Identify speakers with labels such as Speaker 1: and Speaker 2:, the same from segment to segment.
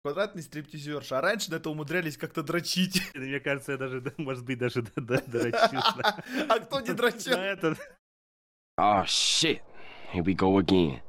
Speaker 1: квадратный стриптизерша. А раньше на это умудрялись как-то дрочить.
Speaker 2: Мне кажется, я даже, может быть, даже дрочил.
Speaker 1: А кто не дрочил?
Speaker 2: На этот.
Speaker 3: Oh shit. Here we go again.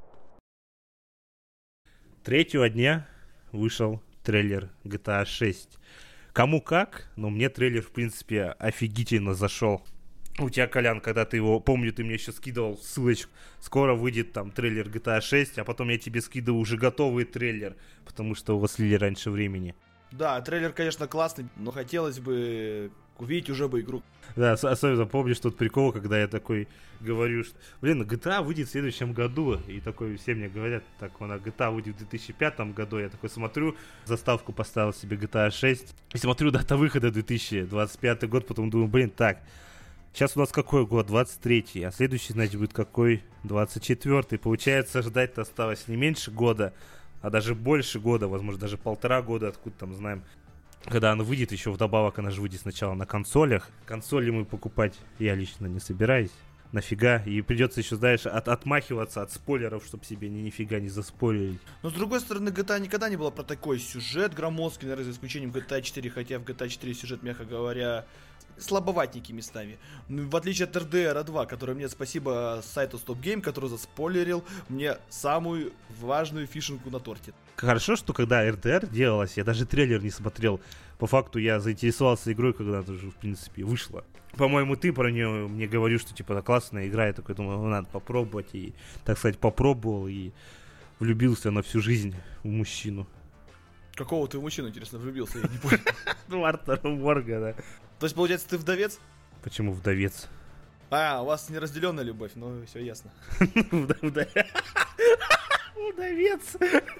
Speaker 2: 3-го дня вышел трейлер GTA 6. Кому как, но мне трейлер, в принципе, офигительно зашел. У тебя, Колян, когда ты его, помню, ты мне еще скидывал ссылочку, скоро выйдет там трейлер GTA 6, а потом я тебе скидываю уже готовый трейлер, потому что его слили раньше времени.
Speaker 1: Да, трейлер, конечно, классный, но хотелось бы увидеть уже бы игру.
Speaker 2: Да, особенно помнишь тот прикол, когда я такой говорю, что, GTA выйдет в следующем году, и такой все мне говорят, так, она GTA выйдет в 2005 году, я такой смотрю, заставку поставил себе GTA 6, и смотрю, дата выхода 2025 год, потом думаю, так, сейчас у нас какой год? 23-й, а следующий, значит, будет какой? 24-й, получается, ждать-то осталось не меньше года, а даже больше года, возможно, даже 1,5 года, откуда там знаем. Когда она выйдет, еще вдобавок она же выйдет сначала на консолях. Консоли мы покупать я лично не собираюсь. Нафига? И придется еще, знаешь, отмахиваться от спойлеров, чтобы себе нифига не заспойлерить.
Speaker 1: Но с другой стороны, GTA никогда не было про такой сюжет громоздкий, наверное, за исключением GTA 4, хотя в GTA 4 сюжет, мягко говоря, слабоватненький местами. Ну, в отличие от RDR 2, который мне, спасибо сайту Stop Game, который заспойлерил мне самую важную фишенку на торте.
Speaker 2: Хорошо, что когда RDR делалось, я даже трейлер не смотрел. По факту я заинтересовался игрой, когда она уже, в принципе, вышла. По-моему, ты про нее мне говоришь, что, типа, это классная игра. Я такой думаю, надо попробовать. И, так сказать, попробовал и влюбился на всю жизнь в мужчину.
Speaker 1: Какого ты в мужчину, интересно, влюбился? Я не понял.
Speaker 2: Ну, Артура Моргана.
Speaker 1: То есть, получается, ты вдовец?
Speaker 2: Почему вдовец?
Speaker 1: А, у вас неразделенная любовь, ну, все ясно.
Speaker 2: Вдовец.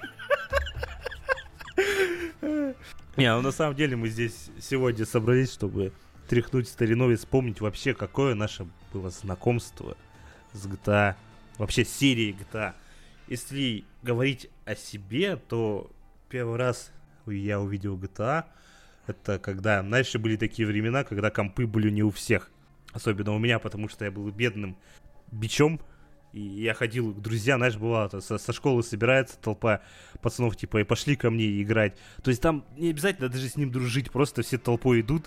Speaker 2: Не, ну на самом деле мы здесь сегодня собрались, чтобы тряхнуть стариной и вспомнить вообще, какое наше было знакомство с GTA, вообще с серией GTA. Если говорить о себе, то первый раз я увидел GTA, это когда, знаешь, были такие времена, когда компы были не у всех. Особенно у меня, потому что я был бедным бичом. И я ходил к друзьям, знаешь, бывало, со школы собирается толпа пацанов, типа, и пошли ко мне играть. То есть там не обязательно даже с ним дружить, просто все толпой идут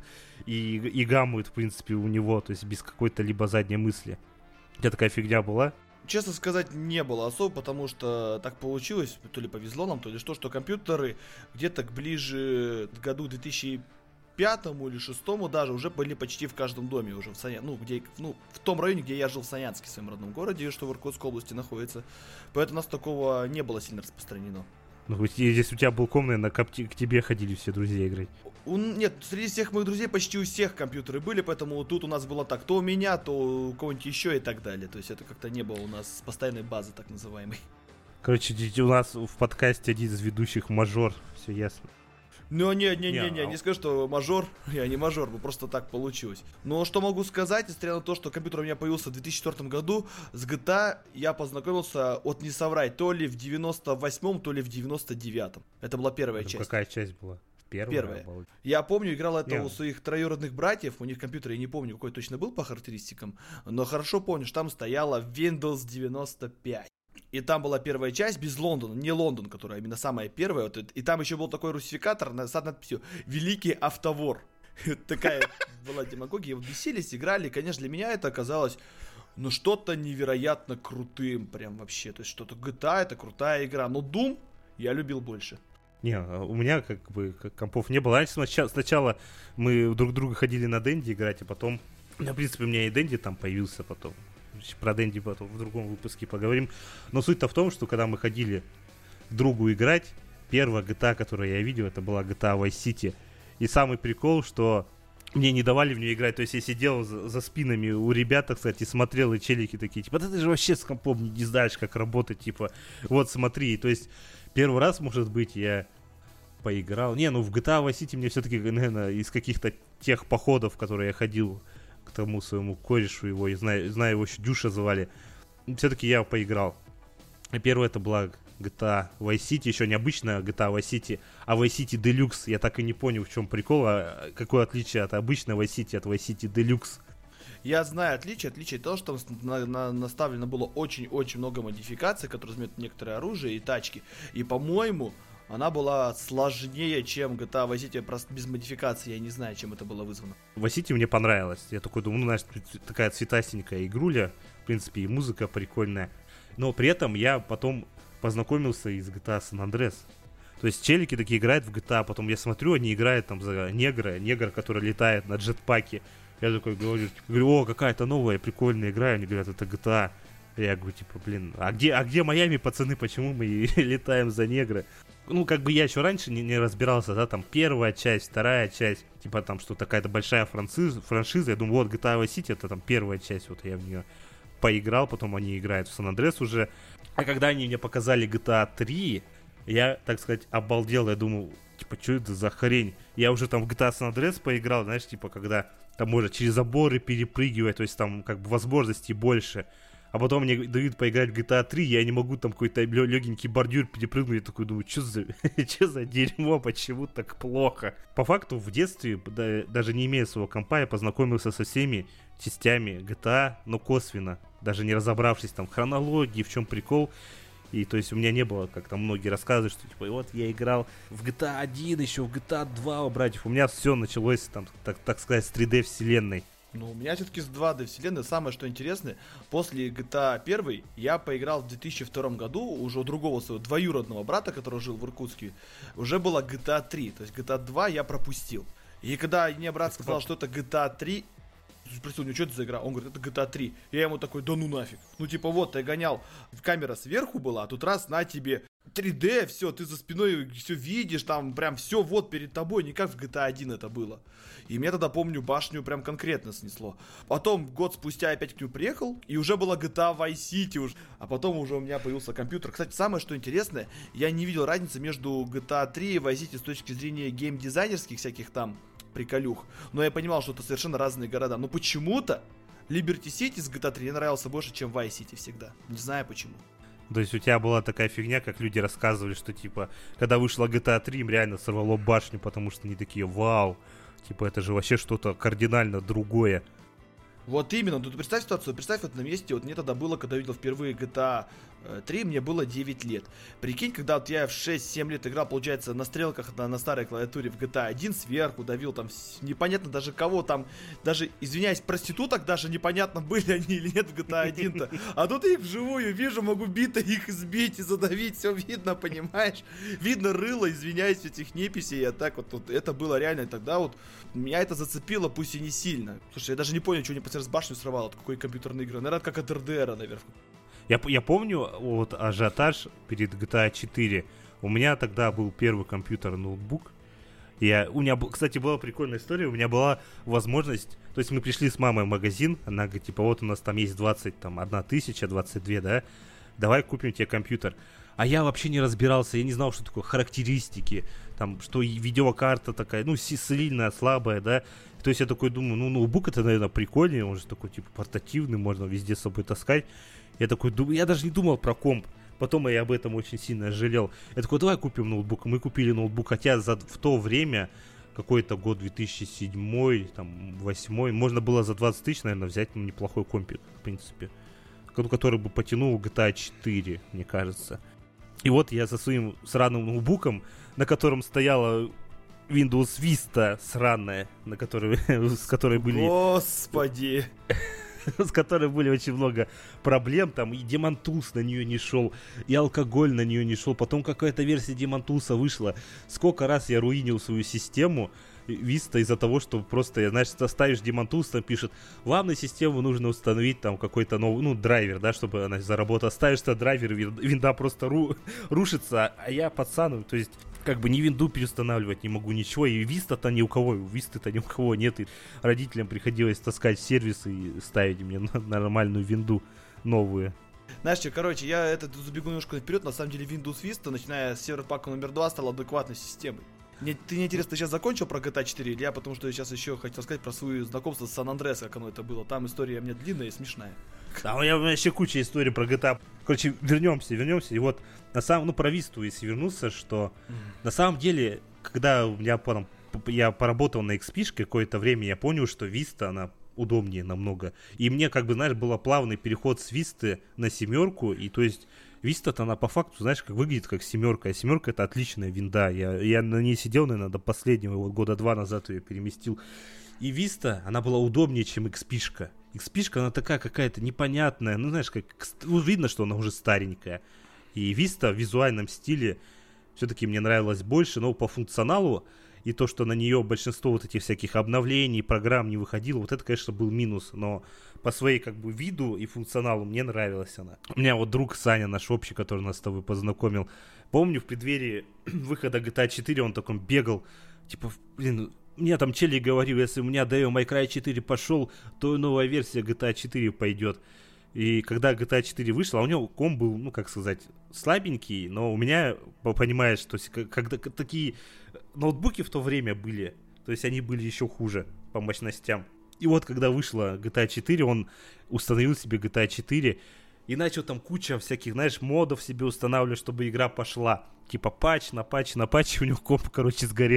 Speaker 2: и гамают, в принципе, у него, то есть без какой-то либо задней мысли. У тебя такая фигня была?
Speaker 1: Честно сказать, не было особо, потому что так получилось, то ли повезло нам, то ли что компьютеры где-то ближе к году 2005 или 2006 даже уже были почти в каждом доме уже в в том районе, где я жил в Саянске, в своем родном городе, что в Иркутской области находится. Поэтому у нас такого не было сильно распространено.
Speaker 2: Ну, здесь у тебя был комнатный, к тебе ходили все друзья играть.
Speaker 1: Нет, среди всех моих друзей почти у всех компьютеры были, поэтому тут у нас было так, то у меня, то у кого-нибудь еще и так далее. То есть это как-то не было у нас постоянной базы, так называемой.
Speaker 2: Короче, у нас в подкасте один из ведущих мажор, все ясно.
Speaker 1: Ну, не скажу, что мажор, я не мажор, просто так получилось. Но что могу сказать, несмотря на то, что компьютер у меня появился в 2004 году, с GTA я познакомился, не соврать, то ли в 98-м, то ли в 99-м. Это была первая часть.
Speaker 2: Какая часть была?
Speaker 1: Первая. Я помню, играл это у своих троюродных братьев, у них компьютер, я не помню, какой точно был по характеристикам, но хорошо помню, что там стояла Windows 95. И там была первая часть без Лондона, не Лондон, которая именно самая первая. И там еще был такой русификатор с надписью «Великий автовор». Такая была демагогия, бесились, играли. И, конечно, для меня это оказалось, что-то невероятно крутым, прям вообще. То есть что-то GTA, это крутая игра. Но Doom я любил больше.
Speaker 2: Не, у меня компов не было. Раньше сначала мы друг друга ходили на Денди играть, а потом, в принципе, у меня и Денди там появился потом. Про Денди потом в другом выпуске поговорим. Но суть-то в том, что когда мы ходили к другу играть, первая GTA, которую я видел, это была GTA Vice City. И самый прикол, что мне не давали в нее играть. То есть я сидел за спинами у ребят, кстати, смотрел, и челики такие, типа, да ты же вообще с компом не знаешь, как работать, типа, вот смотри. То есть первый раз, может быть, я поиграл. В GTA Vice City мне все-таки, наверное, из каких-то тех походов, которые я ходил к тому своему корешу его, и знаю, его еще Дюша звали, все-таки я поиграл. И первое это была GTA Vice City, еще не обычная GTA Vice City, а Vice City Deluxe. Я так и не понял, в чем прикол, какое отличие от обычной Vice City от Vice City Deluxe.
Speaker 1: Я знаю отличие того, что там наставлено было очень-очень много модификаций, которые размерят некоторые оружие и тачки. И, по-моему, она была сложнее, чем GTA Vice City, просто без модификации, я не знаю, чем это было вызвано.
Speaker 2: Vice City мне понравилось. Я такой думаю, ну, знаешь, такая цветастенькая игруля, в принципе, и музыка прикольная. Но при этом я потом познакомился и с GTA San Andreas. То есть челики такие играют в GTA, потом я смотрю, они играют там за негр, который летает на джетпаке. Я такой говорю, о, какая-то новая прикольная игра, они говорят, это GTA. Я говорю, типа, блин, а где Майами, пацаны, почему мы летаем за негра? Ну, как бы я еще раньше не разбирался, да, там, первая часть, вторая часть, типа, там, что такая-то большая франшиза, я думаю, вот, GTA Vice City, это там первая часть, вот я в нее поиграл, потом они играют в San Andreas уже. А когда они мне показали GTA 3, я, так сказать, обалдел, я думаю, типа, что это за хрень? Я уже там в GTA San Andreas поиграл, знаешь, типа, когда там можно через заборы перепрыгивать, то есть там, как бы, возможностей больше. А потом мне дают поиграть в GTA 3, я не могу там какой-то легенький бордюр перепрыгнуть. Я такой думаю, что за дерьмо, почему так плохо? По факту в детстве, даже не имея своего компа, я познакомился со всеми частями GTA, но косвенно. Даже не разобравшись там в хронологии, в чем прикол. И то есть у меня не было, как там многие рассказывают, что типа вот я играл в GTA 1, еще в GTA 2 у братьев. У меня все началось там, так сказать, с 3D вселенной.
Speaker 1: Ну, у меня все-таки с 2D вселенной. Самое, что интересное, после GTA 1 я поиграл в 2002 году, уже у другого своего двоюродного брата, который жил в Иркутске, уже была GTA 3, то есть GTA 2 я пропустил. И когда мне брат сказал, что это GTA 3, спросил, что это за игра? Он говорит, это GTA 3. Я ему такой, да ну нафиг. Ну типа вот, ты гонял, камера сверху была, а тут раз, на тебе 3D, все, ты за спиной все видишь, там прям все вот перед тобой, не как в GTA 1 это было. И мне тогда, помню, башню прям конкретно снесло. Потом, год спустя, опять к нему приехал, и уже была GTA Vice City уже. А потом уже у меня появился компьютер. Кстати, самое, что интересное, я не видел разницы между GTA 3 и Vice City с точки зрения геймдизайнерских всяких там приколюх. Но я понимал, что это совершенно разные города. Но почему-то Liberty City с GTA 3 мне нравился больше, чем Vice City всегда. Не знаю почему.
Speaker 2: То есть у тебя была такая фигня, как люди рассказывали, что типа, когда вышла GTA 3, им реально сорвало башню, потому что они такие, вау, типа это же вообще что-то кардинально другое.
Speaker 1: Вот именно, ну ты представь ситуацию, представь вот на месте, вот мне тогда было, когда я видел впервые GTA 3, мне было 9 лет. Прикинь, когда вот я в 6-7 лет играл, получается, на стрелках на старой клавиатуре в GTA 1 сверху давил там непонятно даже кого там, даже, извиняюсь, проституток даже непонятно были они или нет в GTA 1-то. А тут я их вживую вижу, могу бито их избить и задавить, все видно, понимаешь? Видно рыло, извиняюсь, этих неписей, а так вот это было реально тогда вот, меня это зацепило, пусть и не сильно. Слушай, я даже не понял, что они с башню срывало, от какой компьютерной игры. Наверное, как от РДР, наверное.
Speaker 2: Я помню вот ажиотаж перед GTA 4. У меня тогда был первый компьютер, ноутбук. У меня, кстати, была прикольная история. У меня была возможность... То есть мы пришли с мамой в магазин. Она говорит, типа, вот у нас там есть 21 тысяча, 22, да? Давай купим тебе компьютер. А я вообще не разбирался, я не знал, что такое характеристики, там, что видеокарта такая, ну, сильная, слабая, да. То есть я такой думаю, ну, ноутбук это, наверное, прикольнее, он же такой, типа, портативный, можно везде с собой таскать. Я такой думаю, я даже не думал про комп. Потом я об этом очень сильно жалел. Я такой, давай купим ноутбук. Мы купили ноутбук, хотя в то время, какой-то год 2007, там, 2008, можно было за 20 тысяч, наверное, взять неплохой компик, в принципе. Который бы потянул GTA 4, мне кажется. И вот я со своим сраным ноутбуком, на котором стояла Windows Vista сраная, с которой были...
Speaker 1: Господи!
Speaker 2: С которой были очень много проблем, там и Demon Tools на нее не шел, и алкоголь на нее не шел, потом какая-то версия Demon Tools вышла. Сколько раз я руинил свою систему Vista из-за того, что просто, знаешь, ставишь Demon Tools, там пишет, вам на систему нужно установить там какой-то новый, ну, драйвер, да, чтобы она заработала. Ставишь этот драйвер, винда просто рушится, а я пацану, то есть как бы ни винду переустанавливать не могу, ничего, и Vista-то ни у кого, Vista-то ни у кого нет, и родителям приходилось таскать сервис и ставить мне нормальную винду новую.
Speaker 1: Знаешь что, короче, я забегу немножко наперед, на самом деле Windows Vista, начиная с сервер-пака номер 2, стал адекватной системой. Мне интересно, ты сейчас закончил про GTA 4 или я, потому что я сейчас еще хотел сказать про свое знакомство с Сан Андреас, как оно это было. Там история у меня длинная и смешная.
Speaker 2: Да, у меня вообще куча историй про GTA. Короче, вернемся. И вот, про Висту, если вернуться, что на самом деле, когда у меня я поработал на XP какое-то время, я понял, что Vista, она удобнее намного. И мне, как бы, знаешь, был плавный переход с Висты на 7, и то есть Vista-то она по факту, знаешь, как выглядит как 7, а 7 это отличная винда. Я на ней сидел, наверное, до последнего, вот года 2 назад ее переместил. И Vista, она была удобнее, чем XP-шка. XP-шка, она такая какая-то непонятная, ну, знаешь, как видно, что она уже старенькая. И Vista в визуальном стиле все-таки мне нравилась больше, но по функционалу и то, что на нее большинство вот этих всяких обновлений, программ не выходило, вот это, конечно, был минус, но по своей как бы виду и функционалу мне нравилась она. У меня вот друг Саня, наш общий, который нас с тобой познакомил, помню, в преддверии выхода GTA 4 он такой бегал, типа, блин, мне там челик говорил, если у меня Devil May Cry 4 пошел, то и новая версия GTA 4 пойдет. И когда GTA 4 вышла, у него комп был, ну, как сказать, слабенький, но у меня, понимаешь, что когда такие ноутбуки в то время были, то есть они были еще хуже по мощностям. И вот когда вышла GTA 4, он установил себе GTA 4 и начал там куча всяких, знаешь, модов себе устанавливать, чтобы игра пошла. Типа патч на патч на патч, у него комп, короче, сгорел.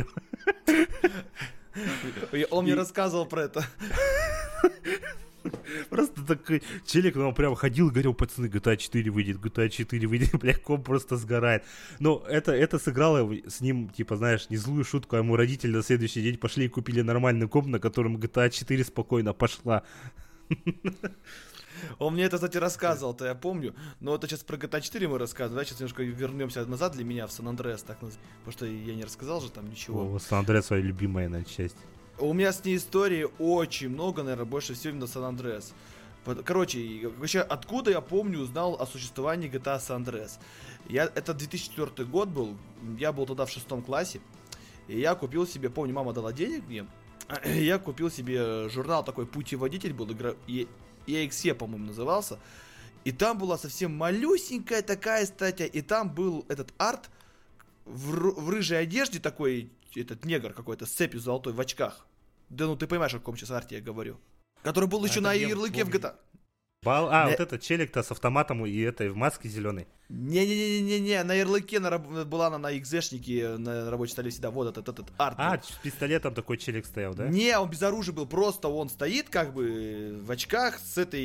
Speaker 1: Он мне рассказывал про это.
Speaker 2: Просто такой челик, он прям ходил и говорил, пацаны, GTA 4 выйдет, бля, комп просто сгорает. Но это сыграло с ним, типа, знаешь, не злую шутку, а ему родители на следующий день пошли и купили нормальный комп, на котором GTA 4 спокойно пошла.
Speaker 1: Он мне это, кстати, рассказывал-то, я помню. Но это сейчас про GTA 4 мы рассказываем, да? Сейчас немножко вернемся назад для меня в Сан-Андреас, так называется. Потому что я не рассказал же там ничего.
Speaker 2: О, Сан-Андреас своя любимая, наверное, часть. У
Speaker 1: меня с ней истории очень много, наверное, больше всего именно Сан-Андреас. Короче, вообще, откуда я помню, узнал о существовании GTA San Andreas? Это 2004 год был, я был тогда в 6 классе, и я купил себе, помню, мама дала денег мне, я купил себе журнал такой, путеводитель был, EXE, по-моему, назывался, и там была совсем малюсенькая такая статья, и там был этот арт в рыжей одежде такой, этот негр какой-то с цепью золотой в очках. Да ну ты понимаешь, о каком сейчас арте я говорю. Который был еще на ярлыке в GTA.
Speaker 2: Вот этот челик-то с автоматом и этой в маске зеленой.
Speaker 1: Не-не-не-не-не, на ярлыке была она на экзешнике, на рабочем столе всегда, вот этот арт.
Speaker 2: С пистолетом такой челик стоял, да?
Speaker 1: Не, он без оружия был, просто он стоит как бы в очках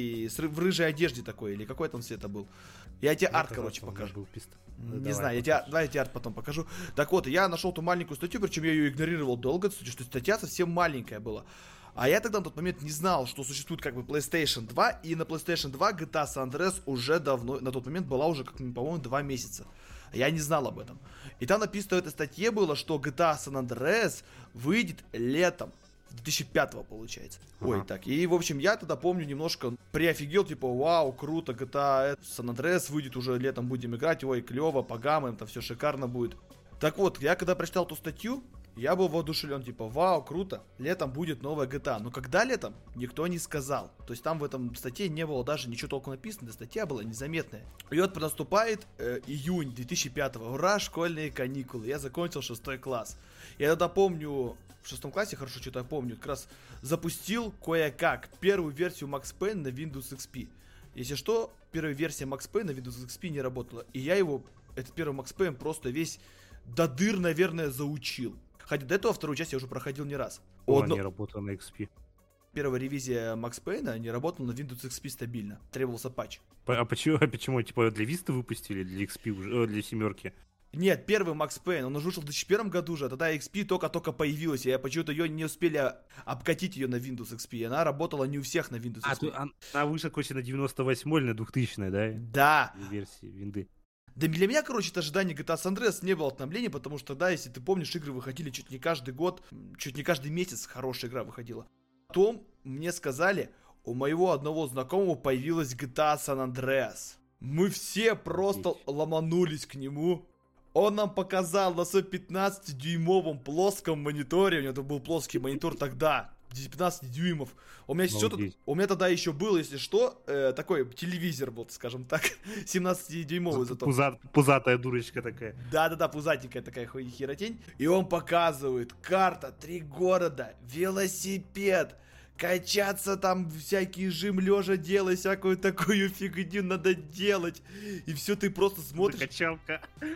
Speaker 1: в рыжей одежде такой, или какой там цвет был. Я тебе арт, короче, покажу. Не знаю, давай я тебе арт потом покажу. Так вот, я нашел ту маленькую статью, причем я ее игнорировал долго, что статья совсем маленькая была. А я тогда на тот момент не знал, что существует как бы PlayStation 2, и на PlayStation 2 GTA San Andreas уже давно, на тот момент была уже, как, по-моему, 2 месяца. Я не знал об этом. И там написано в этой статье было, что GTA San Andreas выйдет летом. 2005-го, получается. Ой, так. И, в общем, я тогда помню немножко приофигел, типа, вау, круто, GTA San Andreas выйдет уже летом, будем играть, ой, клево, по гаммам, там все шикарно будет. Так вот, я когда прочитал эту статью, я был воодушевлен, типа, вау, круто, летом будет новая GTA. Но когда летом, никто не сказал. То есть там в этом статье не было даже ничего толком написано, статья была незаметная. И вот наступает июнь 2005-го, ура, школьные каникулы, я закончил 6 класс. Я тогда помню, в 6 классе, хорошо что-то я помню, как раз запустил кое-как первую версию Max Payne на Windows XP. Если что, первая версия Max Payne на Windows XP не работала. И я этот первый Max Payne просто весь до дыр, наверное, заучил. Хотя до этого вторую часть я уже проходил не раз.
Speaker 2: Не работала на XP.
Speaker 1: Первая ревизия Max Payne не работала на Windows XP стабильно. Требовался патч.
Speaker 2: А почему? Типа для Vista выпустили, для XP уже, для семерки?
Speaker 1: Нет, первый Max Payne, он уже вышел в 2001 году же, тогда XP только появилась, и почему-то ее не успели обкатить ее на Windows XP, и она работала не у всех на Windows XP.
Speaker 2: Она вышла, короче, на 98 или на 2000, да?
Speaker 1: Да.
Speaker 2: Версии винды.
Speaker 1: Да для меня, короче, это ожидание GTA San Andreas не было обновления, потому что, да, если ты помнишь, игры выходили чуть не каждый год, чуть не каждый месяц хорошая игра выходила. Потом мне сказали, у моего одного знакомого появилась GTA San Andreas. Мы все просто ломанулись к нему. Он нам показал на своем 15-дюймовом плоском мониторе, у него был плоский монитор тогда, 15 дюймов. У меня тогда еще был, если что, такой телевизор был, скажем так, 17-дюймовый зато.
Speaker 2: Пузатая дурочка такая.
Speaker 1: Да-да-да, пузатенькая такая херотень. И он показывает, карта, 3 города, велосипед, качаться там, всякий жим лежа делай, всякую такую фигню надо делать. И все ты просто смотришь.
Speaker 2: Качалка.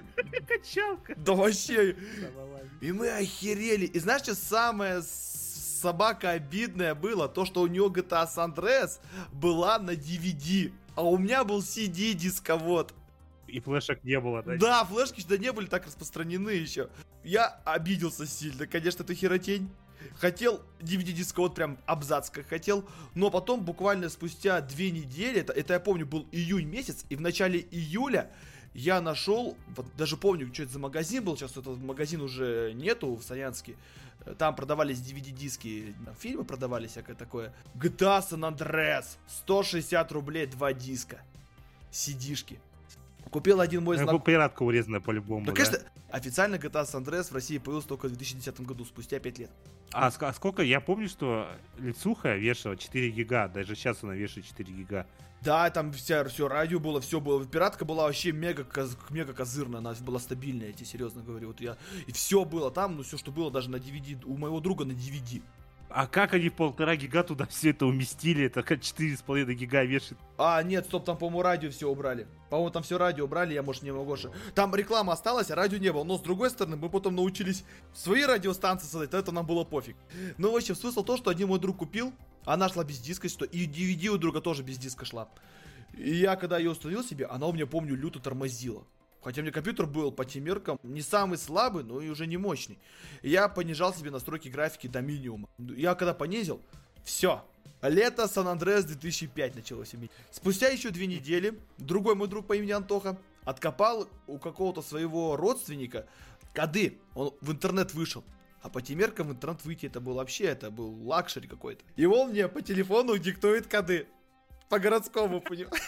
Speaker 1: Да вообще. И мы охерели. И знаешь, что самое собака обидное было? То, что у него GTA San Andreas была на DVD, а у меня был CD-дисковод.
Speaker 2: И флешек не было, да?
Speaker 1: Да, флешки тогда не были так распространены еще. Я обиделся сильно, конечно, это херотень. Хотел DVD-диск, вот прям абзац как хотел. Но потом, буквально спустя 2 недели, это я помню, был июнь месяц, и в начале июля я нашел, вот даже помню, что это за магазин был, сейчас этот магазин уже нету в Саянске. Там продавались DVD-диски, фильмы продавались, всякое такое. GTA San Andreas, 160 рублей 2 диска. CD-шки. Купил один мой знакомый.
Speaker 2: Пиратка урезанная по-любому,
Speaker 1: Ну, конечно, официально GTA San Andreas в России появился только в 2010 году, спустя 5 лет.
Speaker 2: А сколько? Я помню, что лицуха вешала 4 гига, даже сейчас она вешает 4 гига.
Speaker 1: Да, там все радио было, все было. Пиратка была вообще мега козырная, она была стабильная, я тебе серьезно говорю. Вот я, и все было там, ну все, что было даже на DVD, у моего друга на DVD.
Speaker 2: А как они 1,5 гига туда все это уместили? Это как 4,5 гига вешает.
Speaker 1: А, нет, стоп, там, по-моему, радио все убрали. По-моему, там все радио убрали, я, может, не могу. Там реклама осталась, а радио не было. Но, с другой стороны, мы потом научились свои радиостанции создать, это нам было пофиг. Ну, в общем, смысл то, что один мой друг купил, она шла без диска, что и DVD у друга тоже без диска шла. И я, когда ее установил себе, она у меня, помню, люто тормозила. Хотя у меня компьютер был по тем меркам не самый слабый, но и уже не мощный. И я понижал себе настройки графики до минимума. Я когда понизил, все. Лето Сан-Андреас 2005 началось иметь. Спустя еще 2 недели другой мой друг по имени Антоха откопал у какого-то своего родственника коды. Он в интернет вышел. А по тем меркам в интернет выйти это был лакшери какой-то. И он мне по телефону диктует коды. По городскому, понимаешь?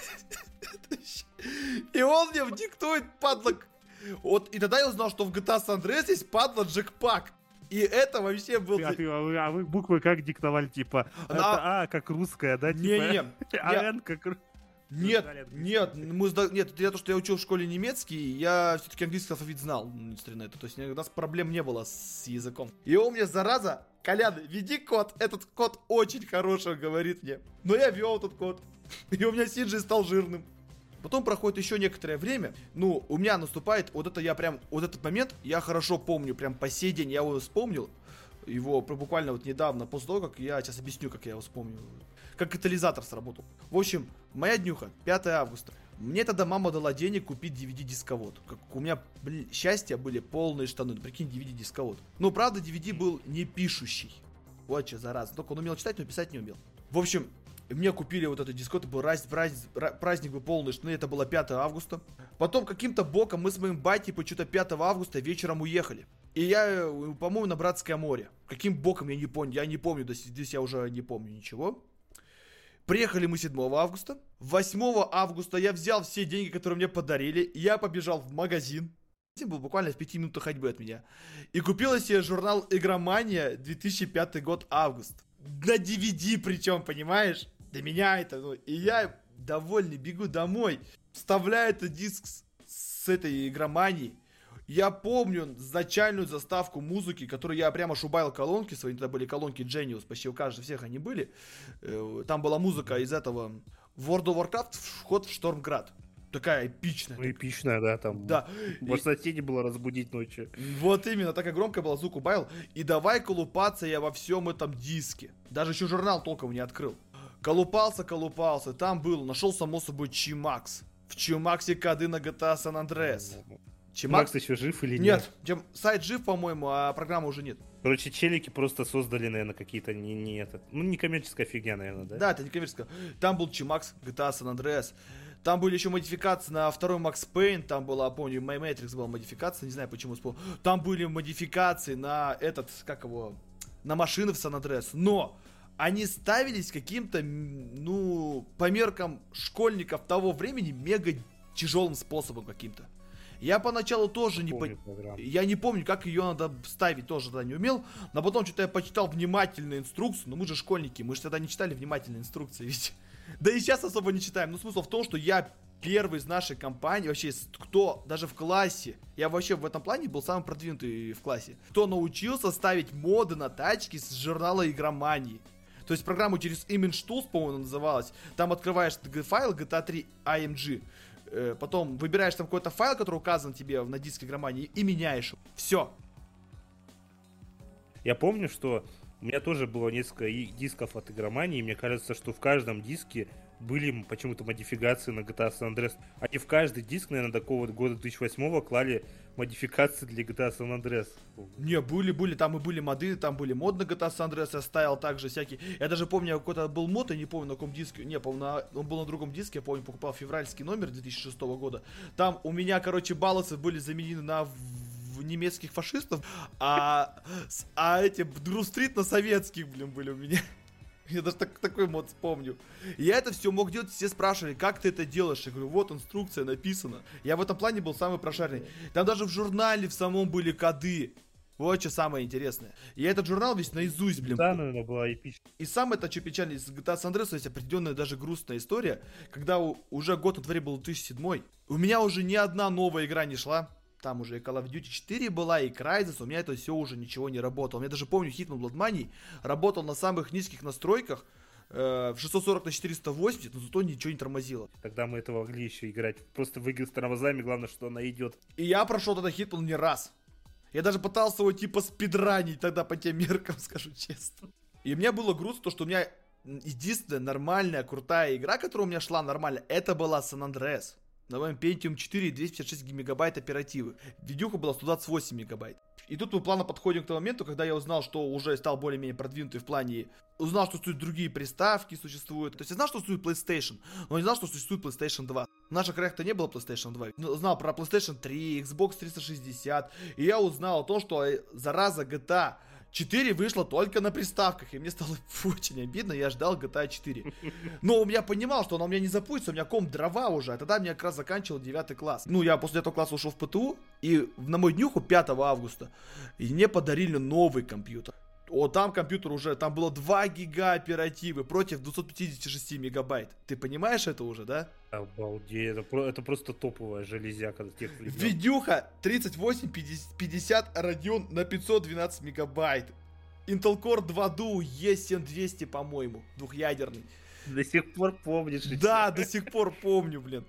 Speaker 1: И он мне диктует, падла. Вот, и тогда я узнал, что в GTA San Andreas есть падла Джекпак. И это вообще был...
Speaker 2: А вы буквы как диктовали, типа? Это А как русская, да?
Speaker 1: Не-не-не.
Speaker 2: А Н как...
Speaker 1: Нет, я то, что я учил в школе немецкий, я все-таки английский алфавит знал, несмотря на это. То есть у нас проблем не было с языком. И он мне, зараза, Колян, веди код. Этот код очень хороший, говорит мне. Но я вел этот код. И у меня Синджи стал жирным. Потом проходит еще некоторое время. Ну, у меня наступает, вот этот момент, я хорошо помню, прям по сей день я его вспомнил. Его буквально вот недавно, после того, как я сейчас объясню, как я его вспомнил. Как катализатор сработал. В общем, моя днюха, 5 августа. Мне тогда мама дала денег купить DVD-дисковод. Как у меня, счастья, были полные штаны. Ну, прикинь, DVD-дисковод. Ну, правда, DVD был не пишущий. Вот что, зараза. Только он умел читать, но писать не умел. В общем, мне купили вот этот дискот, это был праздник был полный штаны, это было 5 августа. Потом каким-то боком мы с моим батей почему-то 5 августа вечером уехали. И я, по-моему, на Братское море. Каким боком, я не помню, здесь я уже не помню ничего. Приехали мы 7 августа. 8 августа я взял все деньги, которые мне подарили. Я побежал в магазин. Был буквально в 5 минутах ходьбы от меня. И купил себе журнал «Игромания», 2005 год, август. На DVD причем, понимаешь? Для меня это, ну, и я довольный бегу домой. Вставляю этот диск с этой «Игроманией». Я помню начальную заставку музыки, которую я прямо шубал колонки свои. Тогда были колонки Genius, почти у каждого, всех они были. Там была музыка из этого World of Warcraft, вход в Штормград. Такая эпичная.
Speaker 2: Ну, эпичная, да, там.
Speaker 1: Да.
Speaker 2: Может, соседей было разбудить ночью.
Speaker 1: Вот именно, такая громкая была, звук убавил. И давай колупаться я во всем этом диске. Даже еще журнал толком не открыл. Колупался. Там был, нашел само собой Чимакс. В Чимаксе коды на GTA San Andreas.
Speaker 2: Макс еще жив или нет?
Speaker 1: Нет, сайт жив, по-моему, а программы уже нет.
Speaker 2: Короче, челики просто создали, наверное, какие-то не коммерческая фигня, наверное, да?
Speaker 1: Да, это не коммерческая. Там был Чимакс, GTA San Andreas. Там были еще модификации на второй Max Payne. Там была, помню, My Matrix была модификация, не знаю, почему вспомнил. Там были модификации на на машины в San Andreas. Но они ставились каким-то, по меркам школьников того времени, мега тяжелым способом каким-то. Я поначалу тоже не помню, как ее надо ставить, тоже тогда не умел. Но потом что-то я почитал внимательную инструкцию. Но мы же школьники, мы же тогда не читали внимательные инструкции, ведь. Да и сейчас особо не читаем. Но смысл в том, что я первый из нашей компании, вообще, кто даже в классе, я вообще в этом плане был самый продвинутый в классе, кто научился ставить моды на тачки с журнала «Игромании». То есть программу через Image Tools, по-моему, называлась. Там открываешь файл GTA 3 AMG. Потом выбираешь там какой-то файл, который указан тебе на диске Игромании, и меняешь его. Все.
Speaker 2: Я помню, что у меня тоже было несколько дисков от Игромании, и мне кажется, что в каждом диске были почему-то модификации на GTA San Andreas. Они в каждый диск, наверное, такого года 2008 клали модификации для GTA San Andreas.
Speaker 1: Не, были, там и были моды, там были мод на GTA San Andreas, я ставил также всякие. Я даже помню, какой-то был мод, я не помню на каком диске, не, помню, он был на другом диске, я помню, покупал февральский номер 2006 года. Там у меня, короче, балласы были заменены на немецких фашистов, а эти Дру-стрит на советских, блин, были у меня. Я даже такой мод вспомню. Я это все мог делать, все спрашивали, как ты это делаешь? Я говорю, вот инструкция написана. Я в этом плане был самый прошаренный. Там даже в журнале в самом были коды. Вот что самое интересное. Я этот журнал весь наизусть, блин.
Speaker 2: Да, наверное, была эпичная.
Speaker 1: И самое это, что печально, из GTA San Andreas есть определенная даже грустная история, когда уже год на дворе был 2007. У меня уже ни одна новая игра не шла. Там уже и Call of Duty 4 была, и Crysis, у меня это все уже ничего не работало. Я даже помню, Hitman Blood Money работал на самых низких настройках, в 640 на 480, но зато ничего не тормозило.
Speaker 2: Тогда мы это могли еще играть. Просто в игры с тормозами, главное, что она идет.
Speaker 1: И я прошел тогда Hitman не раз. Я даже пытался его типа спидранить тогда по тем меркам, скажу честно. И мне было грустно, то, что у меня единственная нормальная, крутая игра, которая у меня шла нормально, это была San Andreas. На моем Pentium 4 и 256 мегабайт оперативы. Видюха была 128 мегабайт. И тут мы плавно подходим к тому моменту, когда я узнал, что уже стал более-менее продвинутый в плане... Узнал, что существуют другие приставки, существуют. То есть я знал, что существует PlayStation, но не знал, что существует PlayStation 2. В наших краях-то не было PlayStation 2. Знал про PlayStation 3, Xbox 360. И я узнал о том, что, зараза, GTA 4 вышла только на приставках, и мне стало очень обидно, я ждал GTA 4. Но я понимал, что она у меня не запустится, у меня комп дрова уже, а тогда я как раз заканчивал 9 класс. Ну, я после этого класса ушел в ПТУ, и на мой днюху 5 августа и мне подарили новый компьютер. Там компьютер уже, там было 2 гига оперативы против 256 мегабайт. Ты понимаешь это уже, да?
Speaker 2: Обалдеть, это просто топовая железяка тех времен.
Speaker 1: Видюха 3850 Radeon на 512 мегабайт. Intel Core 2 Duo E7200, по-моему, двухъядерный.
Speaker 2: До сих пор помнишь?
Speaker 1: Да, до сих пор помню, блин.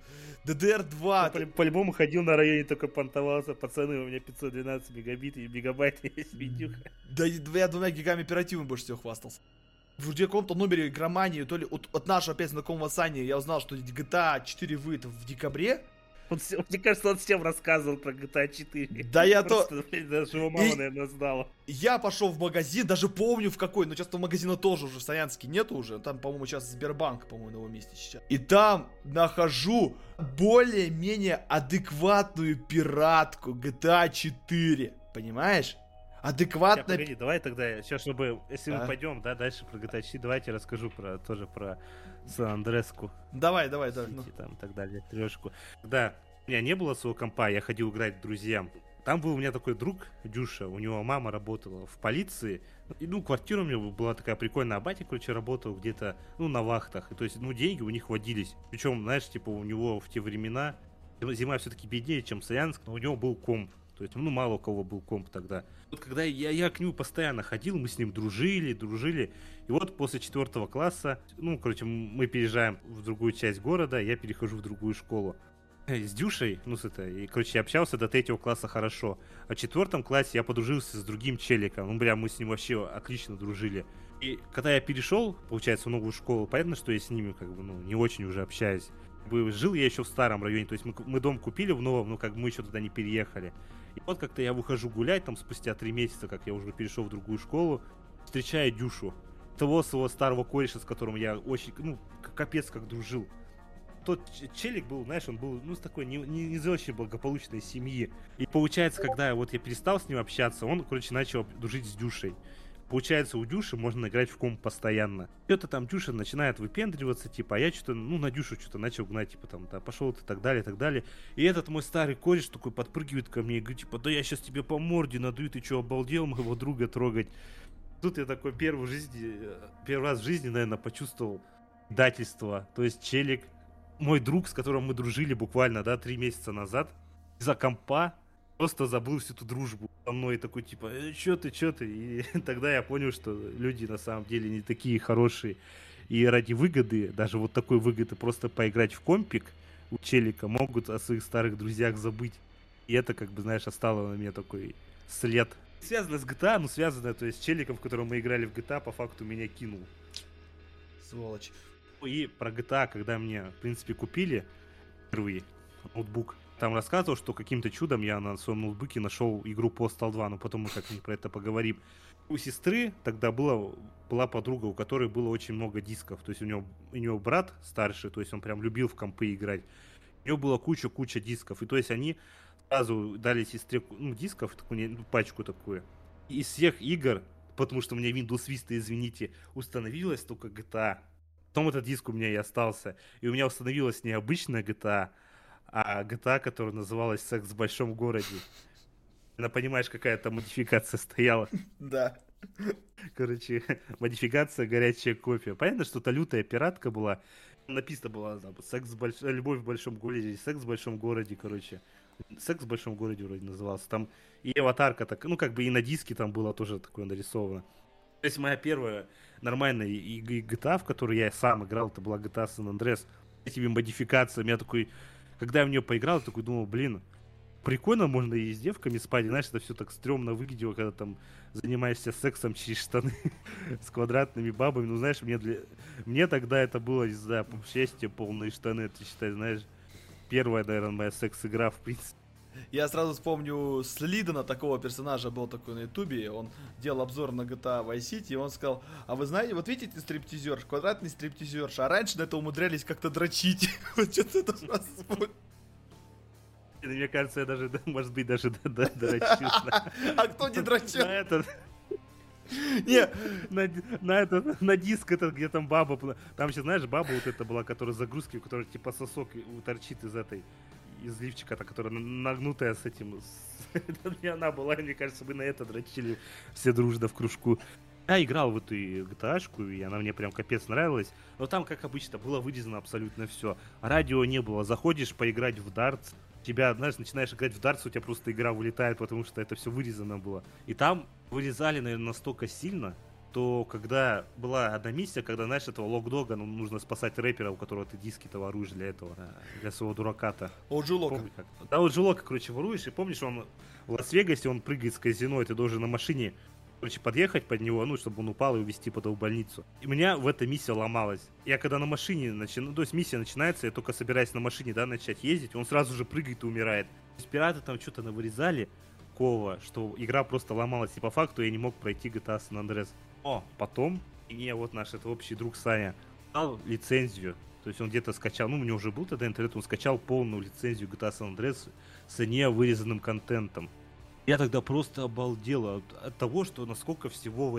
Speaker 1: DDR2.
Speaker 2: По-любому ходил на районе, только понтовался. Пацаны, у меня 512 мегабайт есть видюха.
Speaker 1: Да я 2 гигами оперативы больше всего хвастался. В каком-то номере игромании, то ли от нашего опять знакомого Сани, я узнал, что GTA 4 выйдет в декабре.
Speaker 2: Мне кажется, он всем рассказывал про GTA 4.
Speaker 1: Да я
Speaker 2: просто, даже его мама, наверное, знала.
Speaker 1: Я пошел в магазин, даже помню в какой, но часто магазина тоже уже в Саянске нету уже. Там, по-моему, сейчас Сбербанк, по-моему, на его месте сейчас. И там нахожу более-менее адекватную пиратку GTA 4. Понимаешь? Адекватно.
Speaker 2: Погоди, давай тогда, сейчас, чтобы, если мы пойдем, да, дальше про GTA 4, давайте расскажу тоже про Сан-Андреску.
Speaker 1: Давай.
Speaker 2: Сити, там, и так далее, трешку. Да, у меня не было своего компа, я ходил играть к друзьям. Там был у меня такой друг, Дюша, у него мама работала в полиции. И, квартира у него была такая прикольная, а батя, работал где-то, на вахтах. И, то есть, деньги у них водились. Причем, знаешь, типа, у него в те времена, зима все-таки беднее, чем Саянск, но у него был комп. То есть, мало у кого был комп тогда. Вот когда я к нему постоянно ходил, мы с ним дружили. И вот после 4 класса, мы переезжаем в другую часть города, я перехожу в другую школу. С Дюшей, я общался до 3 класса хорошо. А в 4 классе я подружился с другим челиком. Мы с ним вообще отлично дружили. И когда я перешел, получается, в новую школу, понятно, что я с ними, не очень уже общаюсь. Жил я еще в старом районе, то есть мы дом купили в новом, мы еще туда не переехали. И вот как-то я выхожу гулять, там спустя 3 месяца, как я уже перешел в другую школу, встречаю Дюшу. Того своего старого кореша, с которым я очень, капец как дружил. Тот челик был, знаешь, он был, с такой не из очень благополучной семьи. И получается, когда я перестал с ним общаться, он, начал дружить с Дюшей. Получается, у Дюши можно играть в комп постоянно. Что-то там Дюша начинает выпендриваться, а я что-то, на Дюшу что-то начал гнать, пошел ты, так далее. И этот мой старый кореш такой подпрыгивает ко мне и говорит, да я сейчас тебе по морде надую, ты что, обалдел моего друга трогать? Тут я такой первый раз в жизни, наверное, почувствовал предательство. То есть челик, мой друг, с которым мы дружили буквально, 3 месяца назад, из-за компа просто забыл всю эту дружбу со мной, такой чё ты? И тогда я понял, что люди на самом деле не такие хорошие. И ради выгоды, даже такой выгоды, просто поиграть в компик у челика могут о своих старых друзьях забыть. И это, оставило на меня такой след. Связано с GTA, связано, то есть с челиком, в котором мы играли в GTA, по факту меня кинул.
Speaker 1: Сволочь.
Speaker 2: И про GTA, когда мне, в принципе, купили впервые ноутбук, там рассказывал, что каким-то чудом я на своем ноутбуке нашел игру Postal 2, но потом мы как-нибудь про это поговорим. У сестры тогда была подруга, у которой было очень много дисков. То есть у него брат старший, то есть он прям любил в компы играть. У него было куча дисков. И то есть они сразу дали сестре дисков, такую, пачку такую. И из всех игр, потому что у меня Windows Vista, извините, установилась только GTA. Потом этот диск у меня и остался. И у меня установилась не обычная GTA, а GTA, которая называлась «Секс в большом городе». Она, понимаешь, какая там модификация стояла?
Speaker 1: Да.
Speaker 2: Короче, модификация «Горячая копия». Понятно, что это лютая пиратка была. Написано было там, «Любовь в большом городе», «Секс в большом городе», короче. «Секс в большом городе» вроде назывался. Там и аватарка так, и на диске там было тоже такое нарисовано. То есть моя первая нормальная GTA, в которую я сам играл, это была GTA San Andreas. Этими модификациями я такой... Когда я в нее поиграл, я такой думал, прикольно, можно и с девками спать. И, знаешь, это все так стрёмно выглядело, когда там занимаешься сексом через штаны с квадратными бабами. Ну, знаешь, мне тогда это было, не знаю, счастье, полные штаны. Ты считай, знаешь, первая, наверное, моя секс-игра, в принципе.
Speaker 1: Я сразу вспомню Слидена, такого персонажа был такой на ютубе, он делал обзор на GTA Vice City, и он сказал, а вы знаете, вот видите стриптизерш, квадратный стриптизерш, а раньше на это умудрялись как-то дрочить. Вот что-то это сразу вспомнил.
Speaker 2: Мне кажется, я даже, может быть, даже дрочил.
Speaker 1: А кто не дрочил?
Speaker 2: На этот...
Speaker 1: Не,
Speaker 2: на диск этот, где там баба... Там сейчас, знаешь, баба вот эта была, которая загрузки, у которой типа сосок торчит из лифчика-то, которая нагнутая с этим. Это не она была, мне кажется, мы на это дрочили все дружно в кружку. Я играл в эту GTA-шку, и она мне прям капец нравилась. Но там, как обычно, было вырезано абсолютно все. Радио не было. Заходишь поиграть в дартс, тебя, знаешь, начинаешь играть в дартс, у тебя просто игра вылетает, потому что это все вырезано было. И там вырезали, наверное, настолько сильно, то когда была одна миссия, когда, знаешь, этого Локдога, нужно спасать рэпера, у которого ты диски-то воруешь для этого, для своего дурака-то.
Speaker 1: Оджи-Лока.
Speaker 2: Да, Оджи-Лока, короче, воруешь, и помнишь, он в Лас-Вегасе, он прыгает с казино, и ты должен на машине, короче, подъехать под него, чтобы он упал и увезти потом в больницу. И у меня в этой миссии ломалась. Я когда на машине то есть миссия начинается, я только собираюсь на машине, начать ездить, он сразу же прыгает и умирает. То есть пираты там что-то навырезали, что игра просто ломалась, и по факту я не мог пройти GTA San Andreas. Но потом мне вот наш это общий друг Саня дал лицензию. То есть он где-то скачал, у него уже был тогда интернет, он скачал полную лицензию GTA San Andreas с не вырезанным контентом. Я тогда просто обалдел от того, что насколько всего в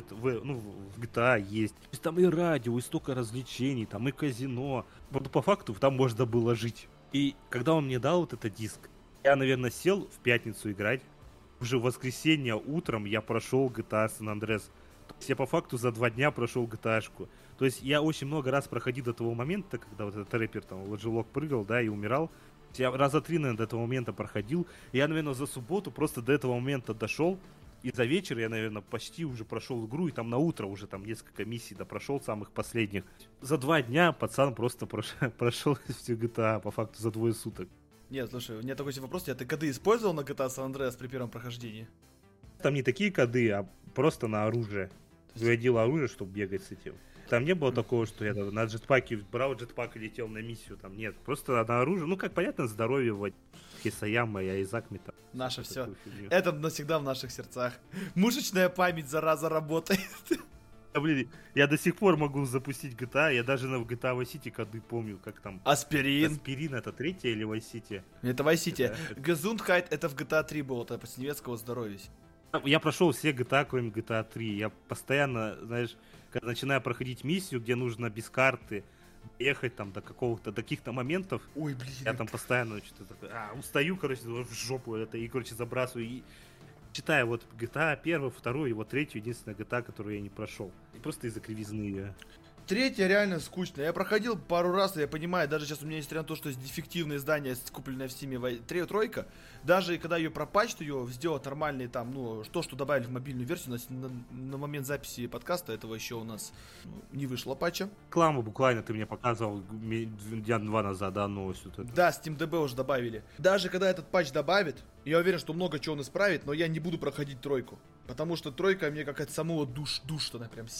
Speaker 2: GTA есть. То есть там и радио, и столько развлечений, там и казино. Вот по факту там можно было жить. И когда он мне дал вот этот диск, я, наверное, сел в пятницу играть. Уже в воскресенье утром я прошел GTA San Andreas. То есть я по факту за 2 дня прошел GTA-шку. То есть я очень много раз проходил до того момента, когда вот этот рэпер там в Оджи-Лок прыгал, и умирал. Я раза 3, наверное, до этого момента проходил. Я, наверное, за субботу просто до этого момента дошел. И за вечер я, наверное, почти уже прошел игру. И там на утро уже там несколько миссий прошел, самых последних. За 2 дня пацан просто прошел всю GTA, по факту, за 2 суток.
Speaker 1: Нет, слушай, у меня такой вопрос. Ты коды использовал на GTA San Andreas при первом прохождении?
Speaker 2: Там не такие коды, а просто на оружие. Выводил оружие, чтобы бегать с этим. Там не было такого, что я на джетпаке брал джетпак и летел на миссию. Там нет. Просто на оружие. Как понятно, здоровье вот Хисаяма и Айзак Мета.
Speaker 1: Наше все. Это навсегда в наших сердцах. Мышечная память, зараза, работает.
Speaker 2: Я до сих пор могу запустить GTA. Я даже в GTA Vice City коды помню, как там.
Speaker 1: Аспирин.
Speaker 2: Аспирин это 3 или Vice City?
Speaker 1: Это Vice City. Gesundheit это в GTA 3 было, это после немецкого здоровья.
Speaker 2: Я прошел все GTA, кроме GTA 3. Я постоянно, знаешь, когда начинаю проходить миссию, где нужно без карты ехать там до каких-то моментов.
Speaker 1: Ой, блин.
Speaker 2: Я там постоянно что-то такое, устаю, короче, в жопу это, и, короче, забрасываю. И читаю вот GTA 1, 2 и вот 3, единственная GTA, которую я не прошел. И просто из-за кривизны.
Speaker 1: Третья реально скучная. Я проходил пару раз, и я понимаю, даже сейчас у меня, несмотря на то, что дефективное издание, купленное в Steam, тройка, даже когда ее пропачту, ее сделать нормальный там, то, что добавили в мобильную версию, на момент записи подкаста этого еще у нас не вышло патча.
Speaker 2: Рекламу буквально ты мне показывал дня 2 назад, новость вот эту.
Speaker 1: Да, SteamDB уже добавили. Даже когда этот патч добавит, я уверен, что много чего он исправит, но я не буду проходить тройку. Потому что тройка мне какая-то самого душит она прям сильно.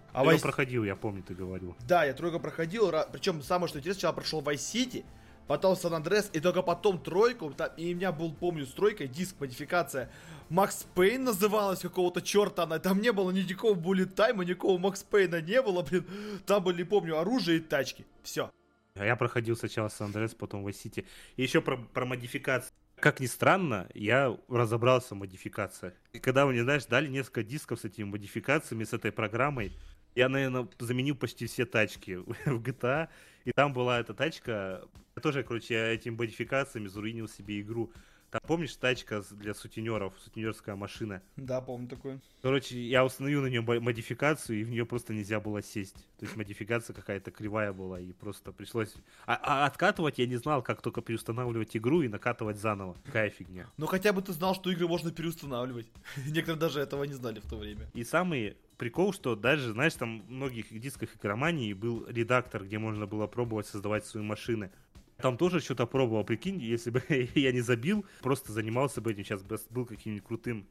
Speaker 2: А я проходил, я помню, ты говорил.
Speaker 1: Да, я тройку проходил, причем самое что интересно, сначала прошел Vice City, потом San Andreas, и только потом тройку, и у меня был, помню, с тройкой диск, модификация Макс Пейн называлась, какого-то черта она, там не было никакого Bullet Time, никакого Макс Пейна не было, блин, там были, помню, оружие и тачки, все.
Speaker 2: Я проходил сначала San Andreas, потом Vice City, и еще про модификации. Как ни странно, я разобрался в модификациях. И когда мне, знаешь, дали несколько дисков с этими модификациями, с этой программой, я, наверное, заменил почти все тачки в GTA, и там была эта тачка, я тоже, короче, этими модификациями заруинил себе игру. Там, помнишь, тачка для сутенеров, сутенерская машина?
Speaker 1: Да, помню такое.
Speaker 2: Короче, я установил на нее модификацию, и в нее просто нельзя было сесть. То есть модификация какая-то кривая была, и просто пришлось... А откатывать я не знал, как только переустанавливать игру и накатывать заново. Какая фигня.
Speaker 1: Ну хотя бы ты знал, что игры можно переустанавливать. Некоторые даже этого не знали в то время.
Speaker 2: И самый прикол, что даже, знаешь, там в многих дисках игромании был редактор, где можно было пробовать создавать свои машины. Там тоже что-то пробовал, прикинь, если бы я не забил, просто занимался бы этим, сейчас бы был каким-нибудь крутым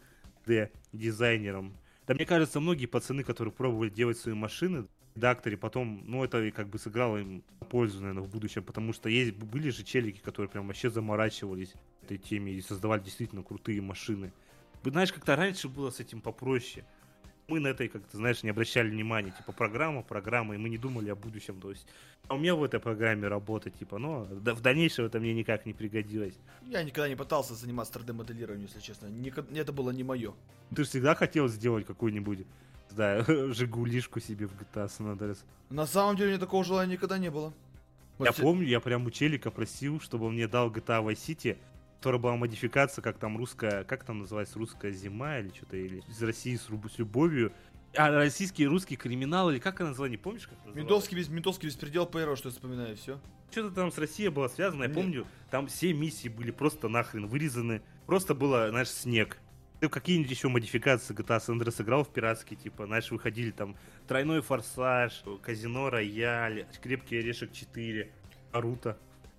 Speaker 2: дизайнером. Да мне кажется, многие пацаны, которые пробовали делать свои машины в редакторе, потом, ну это как бы сыграло им пользу, наверное, в будущем, потому что были же челики, которые прям вообще заморачивались этой теме и создавали действительно крутые машины. Знаешь, как-то раньше было с этим попроще. Мы на этой, как-то, знаешь, не обращали внимания, типа, программа, и мы не думали о будущем, то есть, умел в этой программе работать, типа, но в дальнейшем это мне никак не пригодилось.
Speaker 1: Я никогда не пытался заниматься 3D-моделированием, если честно, это было не мое.
Speaker 2: Ты же всегда хотел сделать какую-нибудь, да, жигулишку себе в GTA San Andreas.
Speaker 1: На самом деле, у меня такого желания никогда не было.
Speaker 2: Я помню, я прям у челика просил, чтобы он мне дал GTA Vice City, которая была модификация, как там русская, как там называется, русская зима или что-то, или из России с любовью. А российский русский криминал, или как она называлась, не помнишь, как называлась?
Speaker 1: Ментовский беспредел ПРО, что я вспоминаю, все.
Speaker 2: Что-то там с Россией было связано, я помню, там все миссии были просто нахрен вырезаны. Просто было, знаешь, снег. Ты какие-нибудь еще модификации GTA San Andreas играл в пиратские, типа, знаешь, выходили там тройной форсаж, казино Рояль, крепкий орешек 4, Наруто.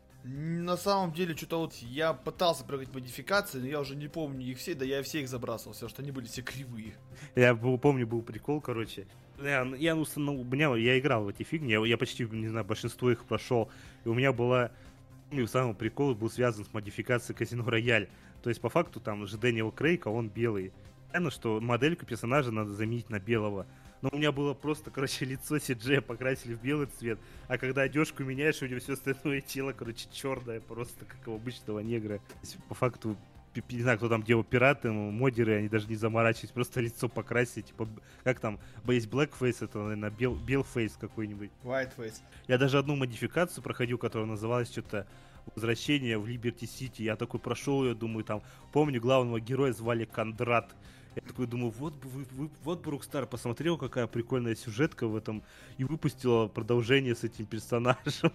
Speaker 1: На самом деле, что-то вот я пытался проходить модификации, но я уже не помню их все, да я все их забрасывал, все, что они были все кривые.
Speaker 2: Я помню, был прикол, короче. Я играл в эти фигни, я почти, не знаю, большинство их прошел. И у меня была, самый прикол был связан с модификацией казино Рояль. То есть, по факту, там же Дэниел Крейг, а он белый. Понятно, что модельку персонажа надо заменить на белого. Но у меня было просто, короче, лицо CG покрасили в белый цвет. А когда одежку меняешь, у него все остальное тело, короче, черное, просто как у обычного негра. По факту, не знаю, кто там делал, пираты, модеры, они даже не заморачивались, просто лицо покрасили, типа, как там, есть blackface, это, наверное, белфейс какой-нибудь.
Speaker 1: Whiteface.
Speaker 2: Я даже одну модификацию проходил, которая называлась что-то «Возвращение в Либерти-Сити». Я такой прошел ее, думаю, там, помню, главного героя звали Кондрат. Я такой думаю, вот бы Rockstar посмотрел, какая прикольная сюжетка в этом, и выпустила продолжение с этим персонажем.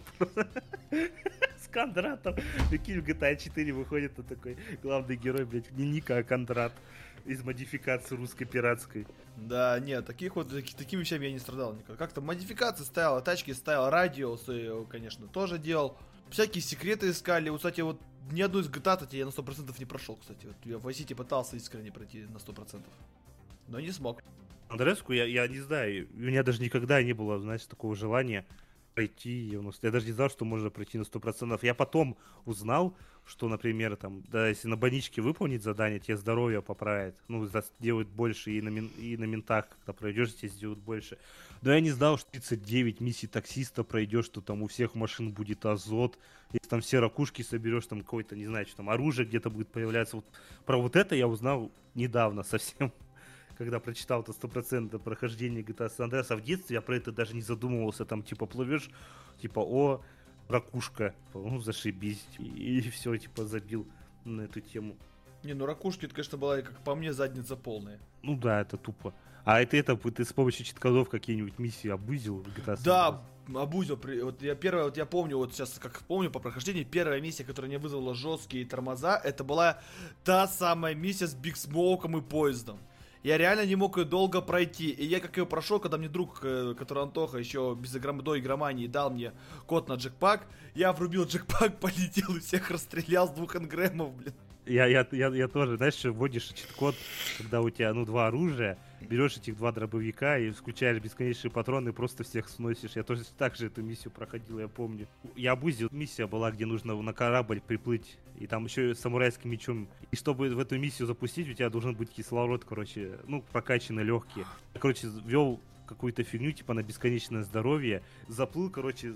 Speaker 2: С Кондратом. Прикинь, в GTA 4 выходит такой главный герой, блядь, не Ника, а Кондрат. Из модификации русской пиратской.
Speaker 1: Да, нет, такими вещами я не страдал никогда. Как-то модификации ставил, тачки ставил, радио, конечно, тоже делал. Всякие секреты искали. Вот, кстати, вот ни одну из GTA я на 100% не прошел, кстати. Вот я в Vice City пытался искренне пройти на 100%. Но не смог.
Speaker 2: Андреску я не знаю. У меня даже никогда не было, знаешь, такого желания пройти. Я даже не знал, что можно пройти на 100%. Я потом узнал, что, например, там, да, если на больничке выполнить задание, тебе здоровье поправит. Ну, делают больше, и на ментах, когда пройдешь, тебе сделают больше. Но я не знал, что 39 миссий таксиста пройдешь, что там у всех машин будет азот. Если там все ракушки соберешь, там какое-то, не знаю, что там оружие где-то будет появляться. Вот, про вот это я узнал недавно совсем. Когда прочитал это 100% прохождение GTA San Andreas, а в детстве я про это даже не задумывался, там, типа, плывешь, типа, ракушка, ну, зашибись, и все, типа, забил на эту тему.
Speaker 1: Не, ну ракушки, это, конечно, была, как по мне, задница полная.
Speaker 2: Ну да, это тупо. А ты с помощью чит-кодов какие-нибудь миссии обузил в GTA San Andreas?
Speaker 1: Да, обузил. Вот я помню, вот сейчас как помню по прохождению, первая миссия, которая мне вызвала жесткие тормоза, это была та самая миссия с Биг Смоуком и поездом. Я реально не мог ее долго пройти. И я как ее прошел, когда мне друг, который Антоха еще до игромании, дал мне код на джекпак, я врубил джекпак, полетел и всех расстрелял с 2 энгрэмов, блин.
Speaker 2: Я тоже, знаешь, что вводишь чит-код, когда у тебя, 2 оружия, берешь этих 2 дробовика и включаешь бесконечные патроны и просто всех сносишь. Я тоже так же эту миссию проходил, я помню. Я обузил, миссия была, где нужно на корабль приплыть, и там еще самурайским мечом. И чтобы в эту миссию запустить, у тебя должен быть кислород, прокачанный, легкий. Я, ввел какую-то фигню, типа на бесконечное здоровье, заплыл,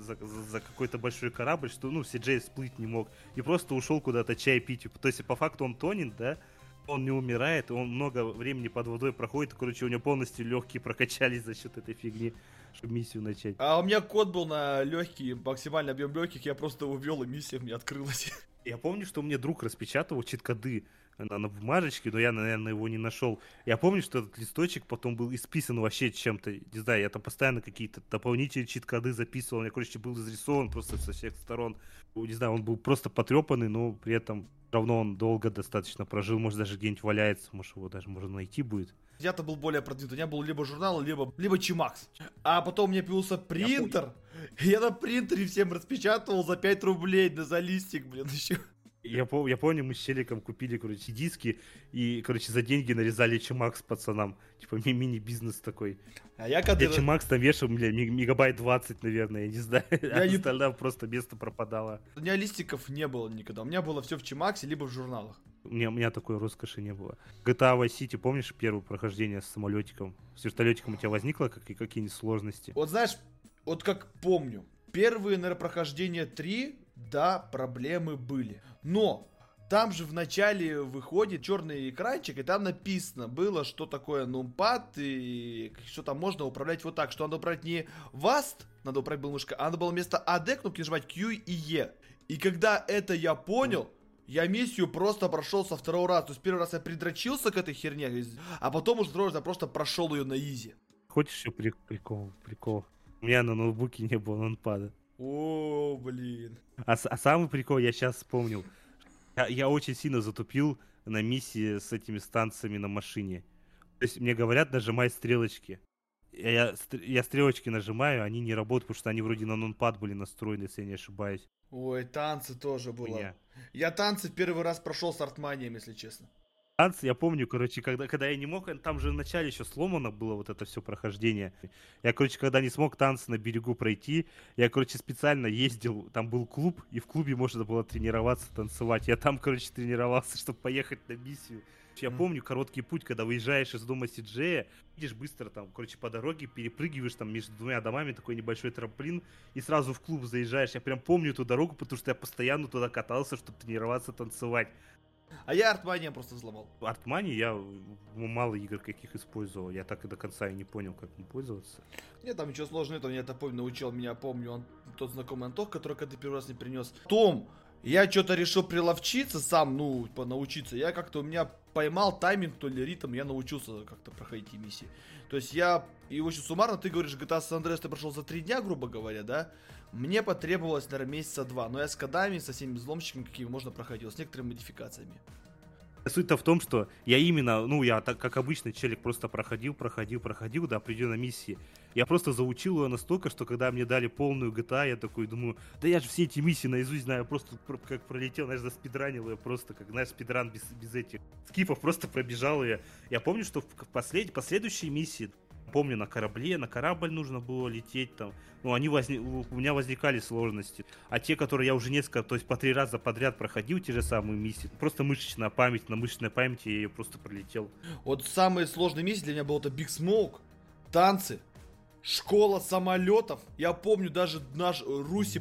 Speaker 2: за какой-то большой корабль, что, CJ всплыть не мог, и просто ушел куда-то чай пить. То есть, по факту он тонет, да, он не умирает, он много времени под водой проходит, у него полностью легкие прокачались за счет этой фигни, чтобы миссию начать.
Speaker 1: А у меня код был на легкий, максимальный объем легких, я просто его ввел, и миссия мне открылась.
Speaker 2: Я помню, что мне друг распечатывал чит-коды на бумажечке, но я, наверное, его не нашел. Я помню, что этот листочек потом был исписан вообще чем-то, не знаю, я там постоянно какие-то дополнительные чит-коды записывал, я, был изрисован просто со всех сторон. Не знаю, он был просто потрепанный, но при этом равно он долго достаточно прожил, может, даже где-нибудь валяется, может, его даже можно найти будет.
Speaker 1: Я-то был более продвинут, у меня был либо журнал, либо Чимакс. А потом у меня появился принтер, и я на принтере всем распечатывал за 5 рублей, за листик, еще.
Speaker 2: Я помню, мы с Челиком купили, диски и, за деньги нарезали Чимакс пацанам. Типа мини-бизнес такой.
Speaker 1: А я
Speaker 2: Чимакс там вешал, мегабайт 20, наверное, я не знаю. Остальное просто место пропадало.
Speaker 1: У меня листиков не было никогда. У меня было все в Чимаксе, либо в журналах.
Speaker 2: У меня такой роскоши не было. GTA Vice City, помнишь первое прохождение с самолетиком? С вертолетиком у тебя возникло какие-нибудь сложности?
Speaker 1: Вот знаешь, вот как помню, первые, наверное, прохождения 3, да, проблемы были. Но там же в начале выходит черный экранчик, и там написано было, что такое нумпад, и что там можно управлять вот так, что надо управлять не VAST, надо управлять было мышкой, а надо было вместо AD кнопки нажимать Q и E. И когда это я понял, я миссию просто прошел со второго раза. То есть первый раз я придрочился к этой херне, а потом уже второй раз я просто прошел ее на изи.
Speaker 2: Хочешь еще прикол? У меня на ноутбуке не было нумпада.
Speaker 1: О, блин.
Speaker 2: А самый прикол, я сейчас вспомнил. Я очень сильно затупил на миссии с этими станциями на машине. То есть мне говорят, нажимай стрелочки. Я стрелочки нажимаю, они не работают, потому что они вроде на нумпад были настроены, если я не ошибаюсь.
Speaker 1: Ой, танцы тоже было. Я танцы в первый раз прошел с артманием, если честно.
Speaker 2: Танцы, я помню, когда я не мог, там же в начале еще сломано было вот это все прохождение. Я, когда не смог танцы на берегу пройти, я, специально ездил, там был клуб, и в клубе можно было тренироваться, танцевать. Я там, тренировался, чтобы поехать на миссию. Я помню короткий путь, когда выезжаешь из дома Сиджея, едешь быстро там, по дороге, перепрыгиваешь там между 2 домами, такой небольшой трамплин, и сразу в клуб заезжаешь. Я прям помню эту дорогу, потому что я постоянно туда катался, чтобы тренироваться, танцевать.
Speaker 1: А я артманием просто взломал.
Speaker 2: Артмани я мало игр каких использовал. Я так и до конца и не понял, как им пользоваться.
Speaker 1: Нет, там ничего сложного, это я это помню, научил меня, помню, тот знакомый Антох, который когда первый раз не принес. Том, я что-то решил приловчиться сам, научиться. Я как-то у меня поймал тайминг, то ли ритм, я научился как-то проходить миссии. То есть и очень суммарно, ты говоришь, GTA San Andreas ты прошел за 3 дня, грубо говоря, да? Мне потребовалось, наверное, месяца 2, но я с кодами, со всеми взломщиками, какими можно, проходил, с некоторыми модификациями.
Speaker 2: Суть-то в том, что я именно, я так, как обычный челик, просто проходил до определенной миссии. Я просто заучил ее настолько, что когда мне дали полную GTA, я такой думаю, да я же все эти миссии наизусть знаю, просто как пролетел, заспидранил ее просто, как, спидран без этих скипов, просто пробежал ее. Я помню, что в последующие миссии, помню, на корабль нужно было лететь там. У меня возникали сложности. А те, которые я уже то есть по 3 раза подряд проходил те же самые миссии, просто мышечная память, на мышечной памяти я ее просто пролетел.
Speaker 1: Вот самые сложные миссии для меня было это Big Smoke, танцы, школа самолетов. Я помню даже наш Руси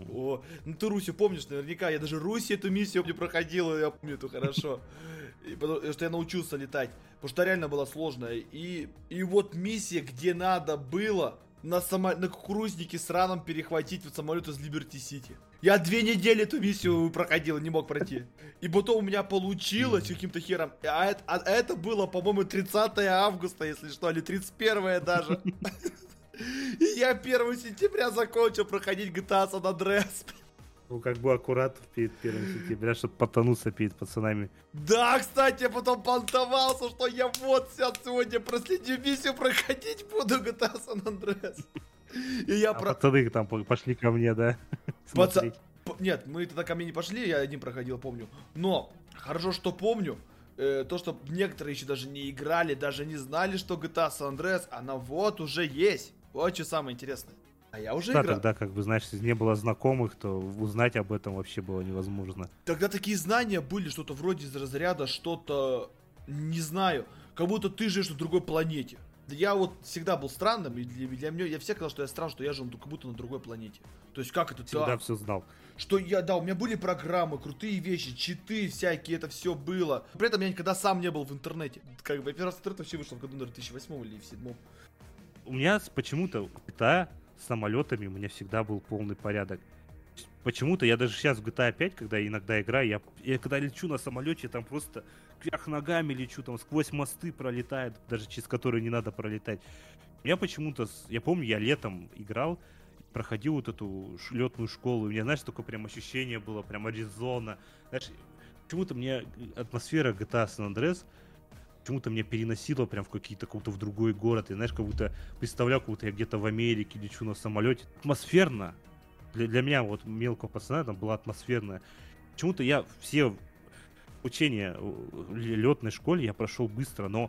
Speaker 1: ты Руси помнишь наверняка, я даже Руси эту миссию не проходил, я помню это хорошо. Потому что я научился летать. Потому что реально было сложно. И вот миссия, где надо было на кукурузнике сраном перехватить самолет из Liberty City. Я 2 недели эту миссию проходил, не мог пройти. И потом у меня получилось каким-то хером. А это было, по-моему, 30 августа, если что, или 31 даже. И я 1 сентября закончил проходить GTA San Andreas.
Speaker 2: Как бы аккурат перед 1 сентября, чтобы потонуться перед пацанами.
Speaker 1: Да, кстати, я потом понтовался, что я вот сейчас сегодня последнюю миссию проходить буду GTA San Andreas. И я
Speaker 2: пацаны там пошли ко мне, да?
Speaker 1: Нет, мы тогда ко мне не пошли, я один проходил, помню. Но Хорошо, что помню. То, что некоторые еще даже не играли, даже не знали, что GTA San Andreas, она вот уже есть. Вот что самое интересное. А я уже играл.
Speaker 2: Тогда, как бы, знаешь, если не было знакомых, то узнать об этом вообще было невозможно.
Speaker 1: Тогда такие знания были, что-то вроде из разряда, что-то, не знаю, как будто ты живешь на другой планете. Я вот всегда был странным, и для меня, я всегда сказал, что я странный, что я живу как будто на другой планете. То есть как это
Speaker 2: Всегда
Speaker 1: так?
Speaker 2: все знал.
Speaker 1: Что да, у меня были программы, крутые вещи, читы всякие, это все было. При этом я никогда сам не был в интернете. Как бы, я первый раз в интернет вообще вышел в году, наверное, 2008 или в 2007.
Speaker 2: У меня почему-то в GTA с самолетами у меня всегда был полный порядок. Почему-то я даже сейчас в GTA 5, когда иногда играю, я когда лечу на самолете, там просто кверх ногами лечу, там сквозь мосты пролетает, даже через которые не надо пролетать. У меня почему-то, я помню, я летом играл, проходил вот эту летную школу, и у меня, знаешь, такое прям ощущение было, прям Аризона. Знаешь, почему-то мне атмосфера GTA San Andreas почему-то меня переносило прям в какой-то в другой город. И знаешь, как будто представлял, как будто я где-то в Америке лечу на самолете. Атмосферно. Для меня, вот мелкого пацана, там была атмосферная. Почему-то я все учения в летной школе я прошел быстро, но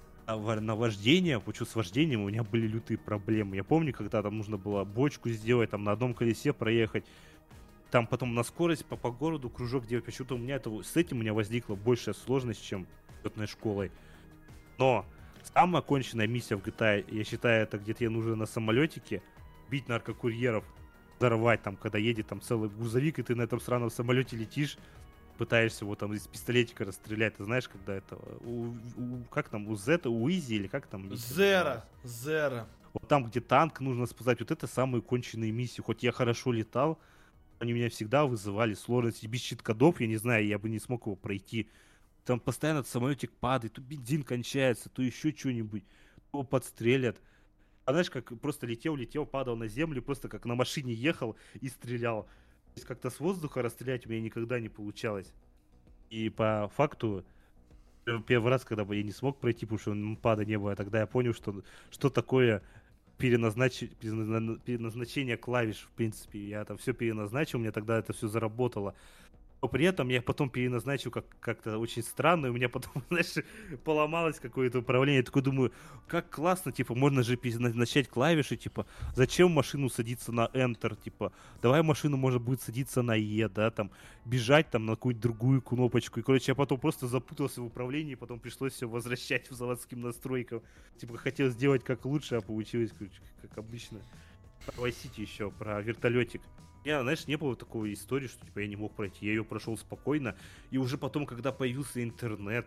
Speaker 2: на вождение, почему с вождением у меня были лютые проблемы. Я помню, когда там нужно было бочку сделать, там на одном колесе проехать, там потом на скорость по городу кружок делать. Почему-то с этим у меня возникла большая сложность, чем летной школой. Но самая конченная миссия в GTA, я считаю, это где тебе нужно на самолетике бить наркокурьеров, взорвать там, когда едет там целый грузовик, и ты на этом сраном самолете летишь, пытаешься его там из пистолетика расстрелять. Ты знаешь, когда это... как там, у Зета, у Изи или как там?
Speaker 1: Зера.
Speaker 2: Вот там, где танк нужно спасать, вот это самые конченые миссии. Хоть я хорошо летал, они меня всегда вызывали сложности. Без чит-кодов, я не знаю, я бы не смог его пройти. Там постоянно самолетик падает, то бензин кончается, то еще что-нибудь, то подстрелят. А знаешь, как просто летел, падал на землю, просто как на машине ехал и стрелял. То есть как-то с воздуха расстрелять у меня никогда не получалось. И по факту, первый раз, когда бы я не смог пройти, потому что пада не было, тогда я понял, что такое переназначение клавиш, в принципе. Я там все переназначил, у меня тогда это все заработало. Но при этом я потом переназначил как-то очень странно, и у меня потом, знаешь, поломалось какое-то управление. Я такой думаю, как классно, типа, можно же переназначать клавиши, типа, зачем машину садиться на Enter, типа, давай машину, может быть, садиться на E, да, там, бежать там на какую-то другую кнопочку. И, короче, я потом просто запутался в управлении, потом пришлось все возвращать в заводским настройкам. Типа, хотел сделать как лучше, а получилось, короче, как обычно. Про Vice City еще, про вертолетик. У меня, знаешь, не было такой истории, что типа я не мог пройти. Я ее прошел спокойно. И уже потом, когда появился интернет,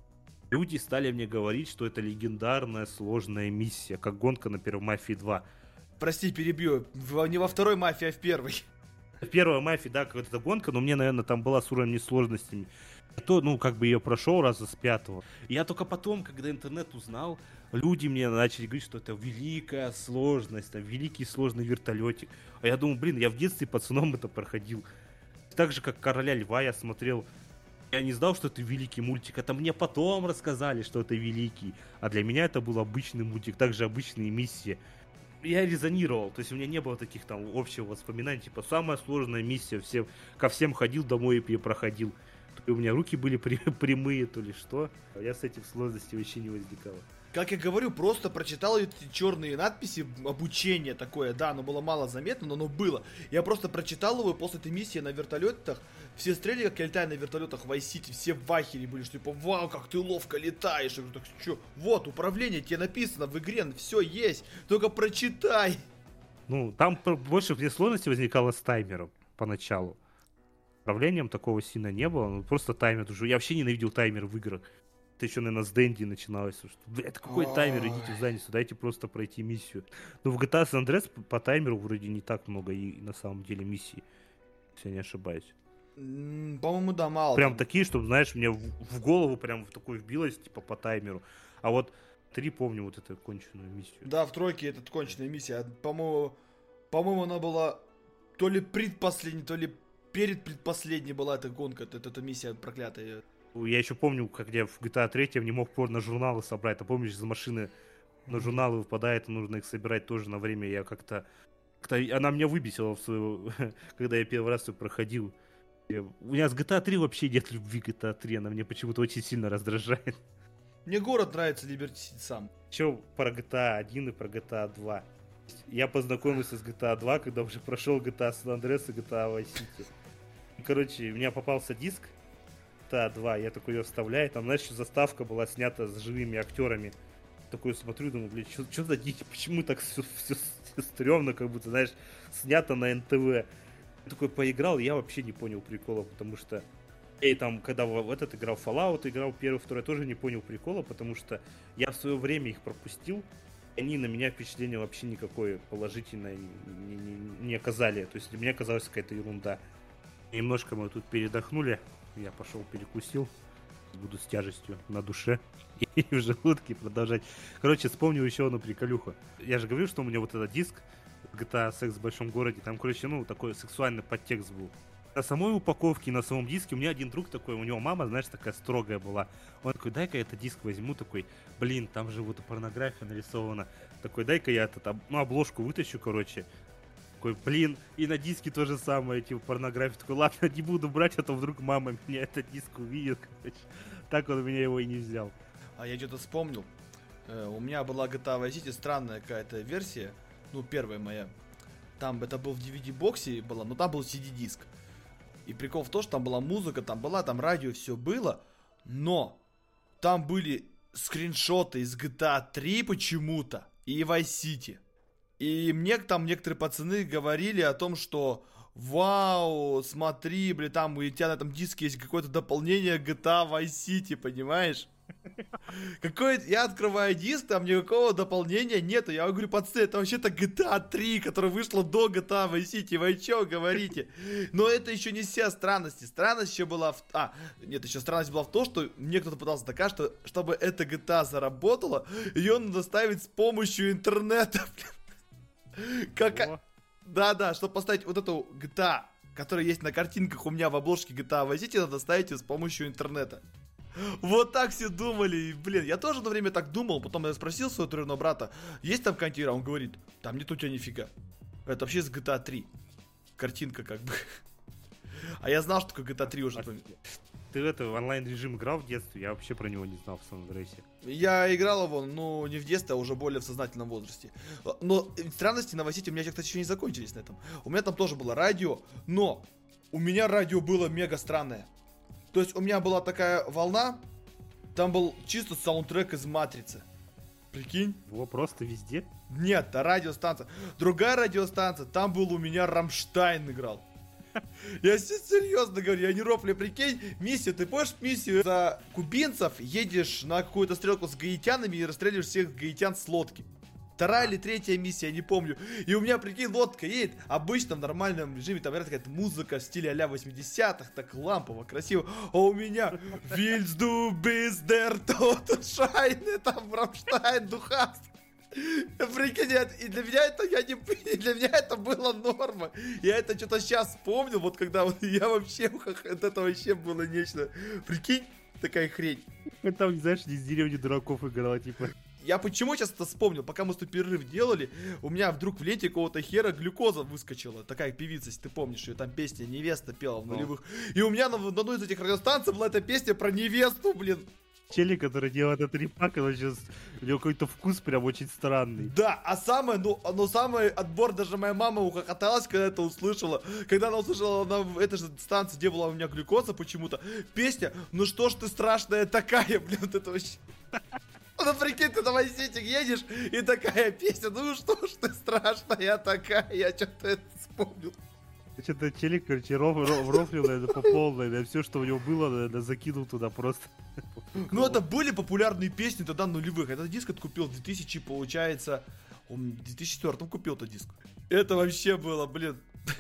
Speaker 2: люди стали мне говорить, что это легендарная сложная миссия, как гонка, например, в Мафии 2.
Speaker 1: Прости, перебью. Не во второй мафии, а в первой.
Speaker 2: В первой Мафии, да, какая-то гонка, но мне, наверное, там была с уровнем сложностями. То, ну, как бы ее прошел раза с 5-го. И я только потом, когда интернет узнал, люди мне начали говорить, что это великая сложность, там, великий сложный вертолетик. А я думал, блин, я в детстве пацаном это проходил. Так же, как «Короля льва» я смотрел. Я не знал, что это великий мультик. Это мне потом рассказали, что это великий. А для меня это был обычный мультик, также обычные миссии. Я резонировал, то есть у меня не было таких там общего воспоминаний, типа самая сложная миссия, ко всем ходил домой и перепроходил. То ли у меня руки были прямые, то ли что. Я с этих сложностей вообще не возникало.
Speaker 1: Как я говорю, просто прочитал эти черные надписи, обучение такое, да, оно было мало заметно, но оно было. Я просто прочитал его, и после этой миссии на вертолетах, все стреляли, как я летаю на вертолетах в Vice City, все в ахере были, что типа, вау, как ты ловко летаешь. Я говорю, так что, вот, управление тебе написано в игре, все есть, только прочитай.
Speaker 2: Ну, там больше мне сложности возникало с таймером поначалу. Управлением такого сильно не было, ну просто таймер уже. Я вообще ненавидел таймер в играх. Это еще, наверное, с Дэнди начиналось. Что, это какой таймер, идите в задницу, дайте просто пройти миссию. Но в GTA San Andreas по таймеру вроде не так много и на самом деле миссий, если я не ошибаюсь.
Speaker 1: По-моему, да, мало.
Speaker 2: Прям такие, чтобы, знаешь, мне в голову прям в такой вбилось, типа, по таймеру. А вот 3 помню вот эту конченую миссию.
Speaker 1: Да, в тройке это конченая миссия. По-моему, она была то ли предпоследней, то ли перед предпоследней была эта гонка, эта миссия проклятая.
Speaker 2: Я еще помню, как я в GTA 3 не мог порно-журналы собрать. А помнишь, из машины на журналы выпадает, и нужно их собирать тоже на время. Я как-то она меня выбесила, когда я первый раз ее проходил. У меня с GTA 3 вообще нет любви к GTA 3, она мне почему-то очень сильно раздражает.
Speaker 1: Мне город нравится, Liberty City сам.
Speaker 2: Еще про GTA 1 и про GTA 2. Я познакомился с GTA 2, когда уже прошел GTA San Andreas и GTA Vice City. Короче, у меня попался диск GTA 2, я такой ее вставляю, там, знаешь, еще заставка была снята с живыми актерами. Такой смотрю, думаю, блин, что за дичь, почему так все стрёмно, как будто, знаешь, снято на НТВ. Я такой поиграл, и я вообще не понял прикола, потому что я там, когда в этот играл Fallout, играл первый, второй, тоже не понял прикола, потому что я в свое время их пропустил, и они на меня впечатление вообще никакое положительное не оказали. То есть для меня казалась какая-то ерунда. Немножко мы тут передохнули, я пошел перекусил, буду с тяжестью на душе и в желудке продолжать. Короче, вспомнил еще одну приколюху. Я же говорил, что у меня вот этот диск GTA Секс в большом городе, там, короче, ну, такой сексуальный подтекст был. На самой упаковке, на самом диске у меня один друг такой, у него мама, знаешь, такая строгая была. Он такой, дай-ка я этот диск возьму, такой, блин, там же вот порнография нарисована. Такой, дай-ка я обложку вытащу, короче. Такой, блин, и на диске то же самое, типа, порнография. Такой, ладно, не буду брать, а то вдруг мама меня этот диск увидит, короче. Так он у меня его и не взял.
Speaker 1: А я что-то вспомнил. У меня была GTA Vice City, странная какая-то версия. Ну, первая моя. Там это был в DVD-боксе было, но там был CD-диск. И прикол в том, что там была музыка, там радио, все было. Но там были скриншоты из GTA 3 почему-то и Vice City. И мне там некоторые пацаны говорили о том, что вау, смотри, бля, там у тебя на этом диске есть какое-то дополнение GTA Vice City, понимаешь? Я открываю диск, там никакого дополнения нету. Я говорю, пацаны, это вообще-то GTA 3, которая вышла до GTA Vice City. Вы что говорите? Но это еще не все странности. Странность еще была еще странность была в том, что мне кто-то пытался доказать, что чтобы эта GTA заработала, ее надо ставить с помощью интернета. Да, чтобы поставить вот эту GTA, которая есть на картинках у меня в обложке GTA Vice City, надо ставить ее с помощью интернета. Вот так все думали, и, блин, я тоже на время так думал, потом я спросил своего троюродного брата, есть там какая-нибудь игра? Он говорит, там нет у тебя нифига. Это вообще с GTA 3. Картинка как бы. А я знал, что такое GTA 3 уже.
Speaker 2: Ты в онлайн-режим играл в детстве? Я вообще про него не знал в Сан-Андреасе.
Speaker 1: Я играл его, ну, не в детстве, а уже более в сознательном возрасте. Но странности на Vice City у меня, кстати, еще не закончились на этом. У меня там тоже было радио, но у меня радио было мега странное. То есть у меня была такая волна, там был чисто саундтрек из Матрицы. Прикинь?
Speaker 2: Было просто везде?
Speaker 1: Нет, радиостанция. Другая радиостанция, там был у меня Рамштайн играл. Я все серьезно говорю, я не рофлю, прикинь, миссию, ты помнишь миссию за кубинцев, едешь на какую-то стрелку с гаитянами и расстреливаешь всех гаитян с лодки. Вторая или третья миссия, я не помню. И у меня, прикинь, лодка едет, обычно в нормальном режиме, там играет какая-то музыка в стиле а-ля 80-х, так лампово, красиво. А у меня Willst du bist der Todesschein, там Рамштайн, Духас. Прикинь, и для меня это было норма. Я это что-то сейчас вспомнил, вот когда вот я вообще, это вообще было нечто. Прикинь, такая хрень.
Speaker 2: Там, знаешь, не из деревни дураков играла, типа.
Speaker 1: Я почему сейчас это вспомнил? Пока мы тут перерыв делали, у меня вдруг в ленте какого-то хера глюкоза выскочила. Такая певица, если ты помнишь, ее там песня «Невеста» пела в нулевых. И у меня на одной из этих радиостанций была эта песня про невесту, блин.
Speaker 2: Челик, который делает этот репак, он сейчас, у него какой-то вкус прям очень странный.
Speaker 1: Да, а самый отбор, даже моя мама ухохоталась, когда это услышала. Когда она услышала на этой же станции, где была у меня глюкоза почему-то, песня «Ну что ж ты страшная такая», блин, вот это вообще... Ну, прикинь, ты на Vice City едешь, и такая песня, ну что ж ты страшная такая, я что-то это вспомнил.
Speaker 2: Что-то челик, короче, рофлил, наверное, по полной, да, все, что у него было, наверное, закинул туда просто.
Speaker 1: Ну, это были популярные песни тогда нулевых. Этот диск откупил в 2000, получается, в 2004 купил этот диск. Это вообще было, блин.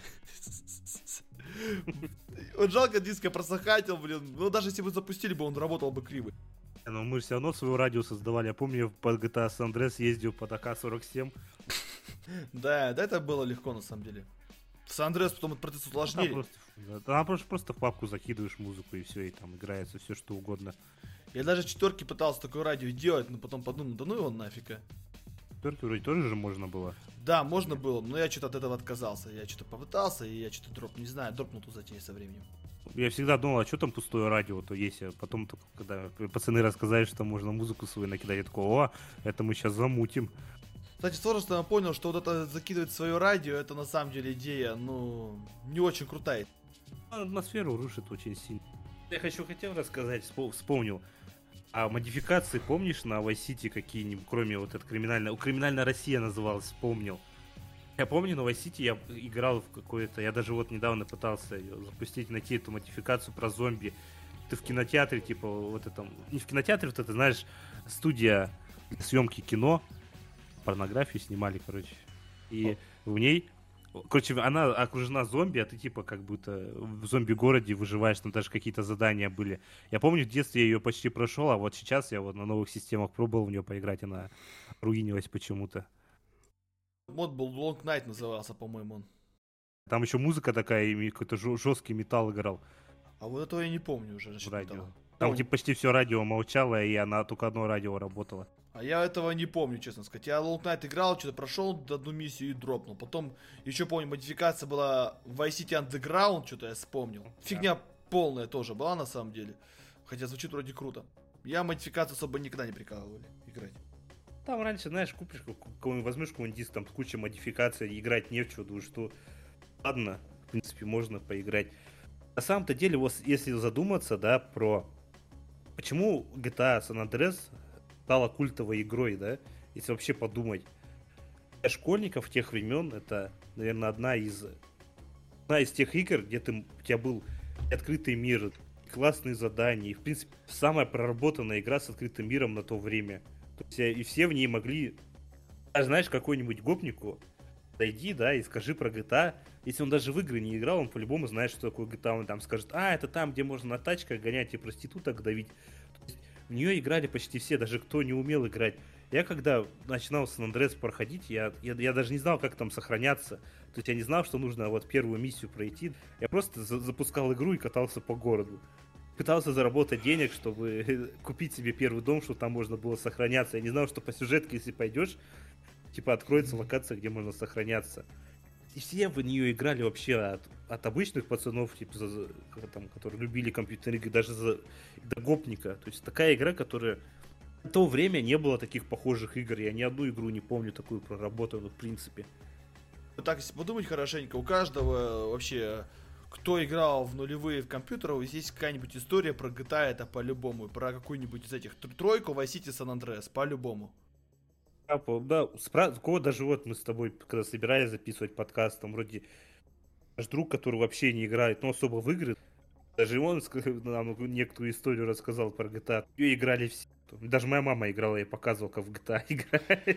Speaker 1: Вот жалко, диск я просохатил, блин. Ну, даже если бы запустили бы, он работал бы криво.
Speaker 2: Но мы все равно свое радио создавали. Я помню, по GTA San Andreas ездил под АК-47.
Speaker 1: Да, это было легко, на самом деле. В Сан-Андреас потом этот процесс усложнили.
Speaker 2: Просто в папку закидываешь музыку, и все, и там играется все, что угодно.
Speaker 1: Я даже в 4 пытался такое радио делать, но потом подумал, да ну его нафиг.
Speaker 2: В 4 вроде тоже же можно было.
Speaker 1: Да, можно было, но я что-то от этого отказался. Я что-то попытался, и я что-то дропнул ту затею со временем.
Speaker 2: Я всегда думал, а что там пустое радио, то есть, а потом, когда пацаны рассказали, что можно музыку свою накидать, я такой, о, это мы сейчас замутим.
Speaker 1: Кстати, с возрастом я понял, что вот это закидывать свое радио, это на самом деле идея, ну, не очень крутая.
Speaker 2: Атмосферу рушит очень сильно. Я хотел рассказать, вспомнил. А модификации помнишь на Vice City какие-нибудь, кроме вот этой Криминальная Россия называлась, вспомнил. Я помню, на Vice City я играл в какое-то, я даже вот недавно пытался ее запустить, найти эту модификацию про зомби. Ты в кинотеатре, типа, вот это, не в кинотеатре, вот это, знаешь, студия съемки кино, порнографию снимали, короче. И в ней, короче, она окружена зомби, а ты типа как будто в зомби-городе выживаешь, там даже какие-то задания были. Я помню, в детстве я ее почти прошел, а вот сейчас я вот на новых системах пробовал в нее поиграть, она руинилась почему-то.
Speaker 1: Мод был Long Night назывался, по-моему, он.
Speaker 2: Там еще музыка такая, и какой-то жесткий металл играл.
Speaker 1: А вот этого я не помню уже.
Speaker 2: В радио. Там типа почти все радио молчало, и она только одно радио работало.
Speaker 1: А я этого не помню, честно сказать. Я Long Night играл, что-то прошел одну миссию и дропнул. Потом, еще помню, модификация была в Vice City Underground, что-то я вспомнил. Фигня полная тоже была на самом деле. Хотя звучит вроде круто. Я модификацию особо никогда не прикалывали играть.
Speaker 2: Там раньше, знаешь, купишь, возьмешь какой-нибудь диск, там куча модификаций, играть не в чего, думаю, что ладно, в принципе, можно поиграть. На самом-то деле, вот если задуматься, да, про почему GTA San Andreas стала культовой игрой, да, если вообще подумать. Для школьников тех времен это, наверное, одна из тех игр, где у тебя был открытый мир, классные задания, и, в принципе, самая проработанная игра с открытым миром на то время. То есть, и все в ней могли, даже, знаешь, какой-нибудь гопнику зайди, да, и скажи про GTA. Если он даже в игры не играл, он по-любому знает, что такое GTA. Он там скажет, это там, где можно на тачках гонять и проституток давить. То есть, в нее играли почти все, даже кто не умел играть. Я когда начинал San Andreas проходить, я даже не знал, как там сохраняться. То есть я не знал, что нужно вот первую миссию пройти. Я просто запускал игру и катался по городу. Пытался заработать денег, чтобы купить себе первый дом, чтобы там можно было сохраняться. Я не знал, что по сюжетке, если пойдешь, типа откроется локация, где можно сохраняться. И все в нее играли вообще от обычных пацанов, типа, там, которые любили компьютерные игры, даже до гопника. То есть такая игра, которая в то время не было таких похожих игр. Я ни одну игру не помню такую проработанную, в принципе.
Speaker 1: Так, если подумать хорошенько, у каждого вообще, кто играл в нулевые в компьютерах, есть какая-нибудь история про GTA, это по-любому. Про какую-нибудь из этих тройку Vice City San Andreas, по-любому.
Speaker 2: Да, кого даже вот мы с тобой, когда собирались записывать подкаст, там вроде наш друг, который вообще не играет, но особо в игры, даже он нам некоторую историю рассказал про GTA. Ее играли все. Даже моя мама играла, я показывал, как в GTA играет.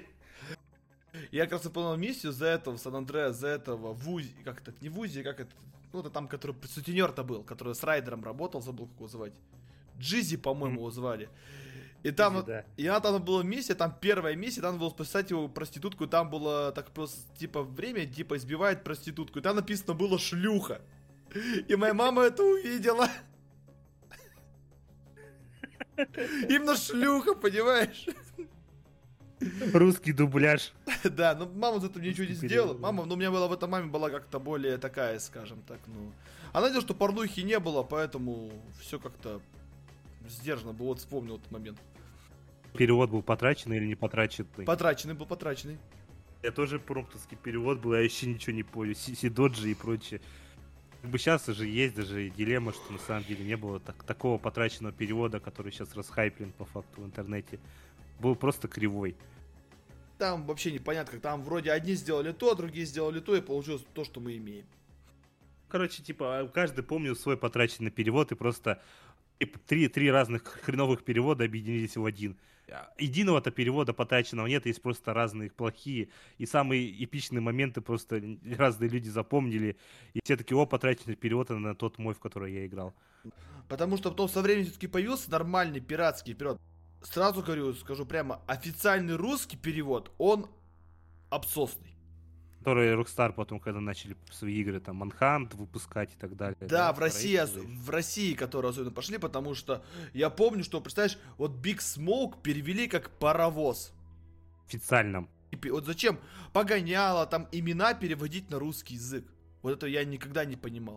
Speaker 1: Я как раз выполнял миссию за этого, в Сан-Андреас, за этого, в УЗИ, как это, не в УЗИ, как это, ну это там, который сутенер-то был, который с райдером работал, забыл, как его звать. Джизи, по-моему, его звали. И там,
Speaker 2: Джизи, да.
Speaker 1: и там была миссия, там первая миссия, там было спасать его проститутку, и там было так просто, типа, время, типа, избивает проститутку, и там написано было «шлюха». И моя мама это увидела. Именно шлюха, понимаешь?
Speaker 2: Русский дубляж.
Speaker 1: Да, но мама за это ничего не сделала. Мама, ну у меня была в этом маме была как-то более такая, скажем так, ну. Она видела, что порнухи не было, поэтому все как-то сдержанно было. Вот вспомнил этот момент.
Speaker 2: Перевод был потраченный или не потраченный?
Speaker 1: Потраченный был потраченный.
Speaker 2: Я тоже промптовский перевод был, я еще ничего не понял. Сидоджи и прочее. Как бы сейчас уже есть даже дилемма, что на самом деле не было такого потраченного перевода, который сейчас расхайплен по факту в интернете. Был просто кривой.
Speaker 1: Там вообще непонятно, как там вроде одни сделали то, другие сделали то, и получилось то, что мы имеем.
Speaker 2: Короче, типа, каждый помнил свой потраченный перевод, и просто три разных хреновых перевода объединились в один. Единого-то перевода потраченного нет, есть просто разные плохие. И самые эпичные моменты просто разные люди запомнили. И все таки потраченный перевод на тот мой, в который я играл.
Speaker 1: Потому что потом со временем все-таки появился нормальный пиратский перевод. Сразу говорю, скажу прямо, официальный русский перевод, он абсосный.
Speaker 2: Которые Rockstar потом, когда начали свои игры, там, Manhunt выпускать и так далее.
Speaker 1: Да, в России, которые особенно пошли, потому что я помню, что, представляешь, вот Big Smoke перевели как паровоз.
Speaker 2: Официальном.
Speaker 1: Вот зачем погоняло там имена переводить на русский язык? Вот это я никогда не понимал.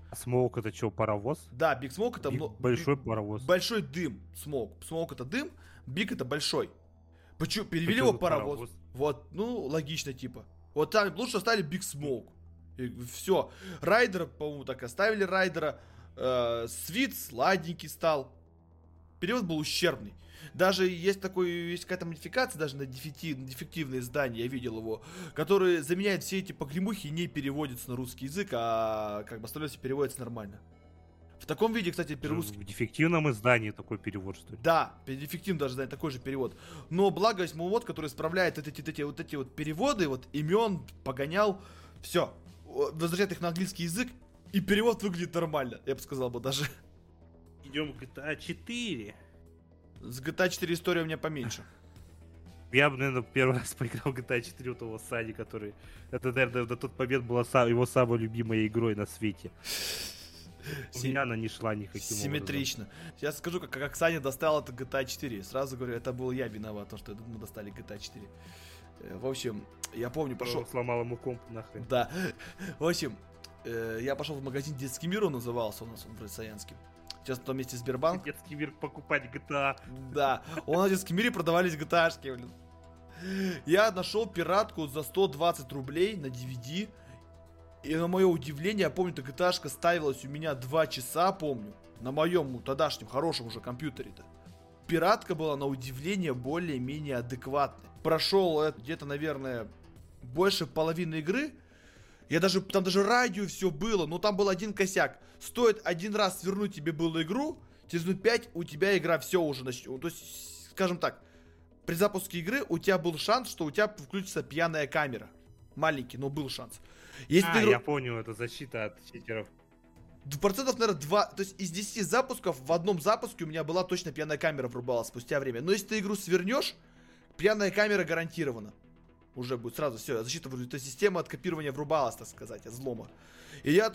Speaker 2: Смоук это что, паровоз?
Speaker 1: Да, Big Smoke это...
Speaker 2: Большой паровоз.
Speaker 1: Большой дым. Smoke это дым, Big это большой. Почему? Перевели его паровоз. Вот, ну, логично типа. Вот там лучше оставили Big Smoke. И все. Райдера, по-моему, так оставили Райдера. Свит сладенький стал. Перевод был ущербный. Даже есть какая-то модификация, даже на дефективные издания, я видел его, которые заменяют все эти погремухи и не переводятся на русский язык, а как бы остальное все переводится нормально. В таком виде, кстати,
Speaker 2: В дефективном издании такой перевод, что ли?
Speaker 1: Да, дефективно даже издание, такой же перевод. Но благо есть мод, который исправляет эти вот переводы, вот имен, погонял, все, возвращает их на английский язык, и перевод выглядит нормально, я бы сказал бы даже.
Speaker 2: Идем в GTA 4.
Speaker 1: С GTA 4 история у меня поменьше.
Speaker 2: Я бы, наверное, первый раз поиграл в GTA 4 у того Сани, который... Это, наверное, до тот момент была его самой любимой игрой на свете. У меня она не шла никаким
Speaker 1: симметрично. Образом. Сейчас скажу, как Саня достал это GTA 4. Сразу говорю, это был я виноват, то, что мы достали GTA 4. В общем, я помню, пошел...
Speaker 2: Сломал ему комп нахрен.
Speaker 1: Да. В общем, я пошел в магазин «Детский мир», он назывался у нас, он в Саянске. Сейчас на том месте Сбербанк.
Speaker 2: Детский мир покупать GTA.
Speaker 1: Да, у нас в детском мире продавались GTA-шки, блин. Я нашел пиратку за 120 рублей на DVD. И на мое удивление, я помню, эта GTA-шка ставилась у меня 2 часа, помню. На моем тогдашнем хорошем уже компьютере-то. Пиратка была, на удивление, более-менее адекватной. Прошел где-то, наверное, больше половины игры. Там даже радио все было, но там был один косяк. Стоит один раз свернуть тебе было игру, через минут 5 у тебя игра все уже начнет. То есть, скажем так, при запуске игры у тебя был шанс, что у тебя включится пьяная камера. Маленький, но был шанс. Если
Speaker 2: я понял, это защита от читеров.
Speaker 1: Процентов, наверное, 2. То есть из 10 запусков в одном запуске у меня была точно пьяная камера врубалась спустя время. Но если ты игру свернешь, пьяная камера гарантирована. Уже будет сразу все, защита, то система от копирования врубалась, так сказать, от взлома. И я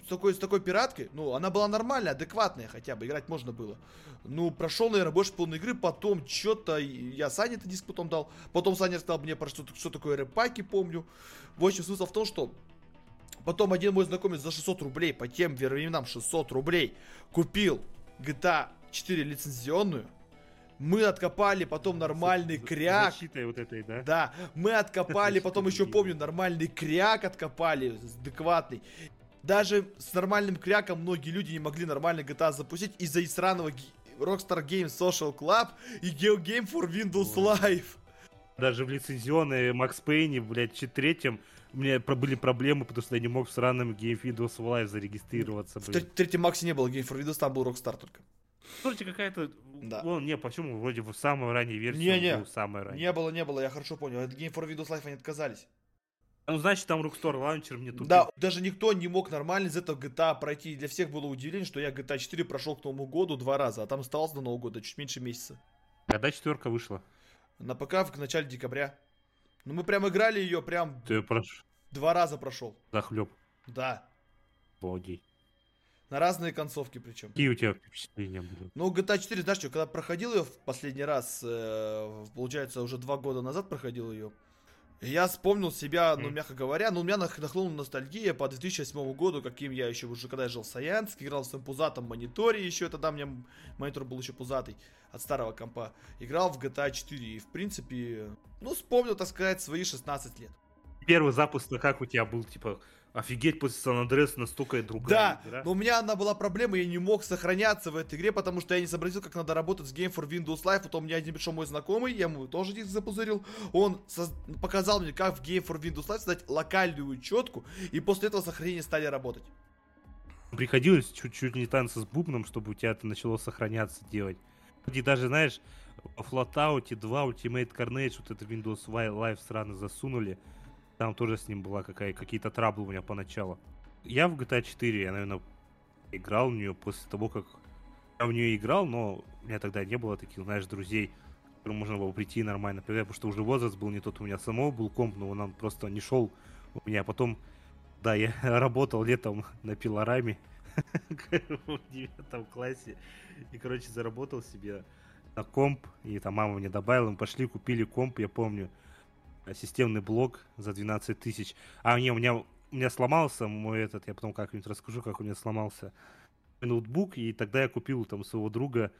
Speaker 1: с такой пираткой, ну, она была нормальная, адекватная хотя бы, играть можно было. Ну, прошел, наверное, больше половины игры, потом что-то, я Сане этот диск потом дал, потом Саня рассказал мне про что такое рэпаки, помню. В общем, смысл в том, что потом один мой знакомец за 600 рублей, по тем временам 600 рублей, купил GTA 4 лицензионную. Мы откопали потом нормальный кряк.
Speaker 2: Защитой вот этой, да?
Speaker 1: Да, мы откопали, потом еще помню, нормальный кряк откопали, адекватный. Даже с нормальным кряком многие люди не могли нормально GTA запустить из-за сраного Rockstar Games Social Club и GeoGame for Windows Live.
Speaker 2: Даже в лицензионной Max Payne, блядь, в третьем у меня были проблемы, потому что я не мог в сраном Game Windows Live зарегистрироваться.
Speaker 1: В третьем Максе не было Game for Windows, там был Rockstar только.
Speaker 2: Слушайте, какая-то...
Speaker 1: Да.
Speaker 2: Почему? Вроде в самой ранней версии был самый ранний.
Speaker 1: Не было, я хорошо понял. От Game for Windows Live они отказались.
Speaker 2: Ну, значит, там Rockstar Launcher мне тупил.
Speaker 1: Да, даже никто не мог нормально из этого GTA пройти. Для всех было удивление, что я GTA 4 прошел к Новому году 2 раза, а там оставался до Нового года чуть меньше месяца.
Speaker 2: Когда 4 вышла?
Speaker 1: На ПК в начале декабря. Ну, мы прям играли ее, прям...
Speaker 2: Ты прошел?
Speaker 1: 2 раза прошел.
Speaker 2: Захлеб.
Speaker 1: Да.
Speaker 2: Обалдеть.
Speaker 1: На разные концовки причем.
Speaker 2: Какие у тебя впечатления были?
Speaker 1: Ну, GTA 4, знаешь что, когда проходил ее в последний раз, получается, уже 2 года назад проходил ее, я вспомнил себя, ну, мягко говоря, у меня нахлынула ностальгия по 2008 году, каким я еще уже, когда я жил в Саянске, играл в своем пузатом мониторе еще, тогда у меня монитор был еще пузатый от старого компа, играл в GTA 4 и, в принципе, ну, вспомнил, так сказать, свои 16 лет.
Speaker 2: Первый запуск, как у тебя был, типа, офигеть, после Сан-Андреас настолько другая игра.
Speaker 1: Да, но у меня одна была проблема, я не мог сохраняться в этой игре, потому что я не сообразил, как надо работать с Game for Windows Live. Вот у меня один пришел мой знакомый, я ему тоже диск запузырил. Он показал мне, как в Game for Windows Live создать локальную учетку, и после этого сохранения стали работать.
Speaker 2: Приходилось чуть-чуть не танцы с бубном, чтобы у тебя это начало сохраняться делать. И даже, знаешь, в Flatout 2 Ultimate Carnage, вот это Windows Live сраный засунули. Там тоже с ним была какие-то траблы у меня поначалу. Я в GTA 4, я, наверное, играл в нее после того, как я в нее играл, но у меня тогда не было таких, знаешь, друзей, к которым можно было прийти нормально поиграть, потому что уже возраст был не тот, у меня самого был комп, но он просто не шел у меня. Потом, да, я работал летом на пилораме в 9 классе и, короче, заработал себе на комп, и там мама мне добавила, мы пошли, купили комп, я помню, системный блок за 12 тысяч. У меня у меня сломался мой я потом как-нибудь расскажу, как у меня сломался ноутбук, и тогда я купил там своего друга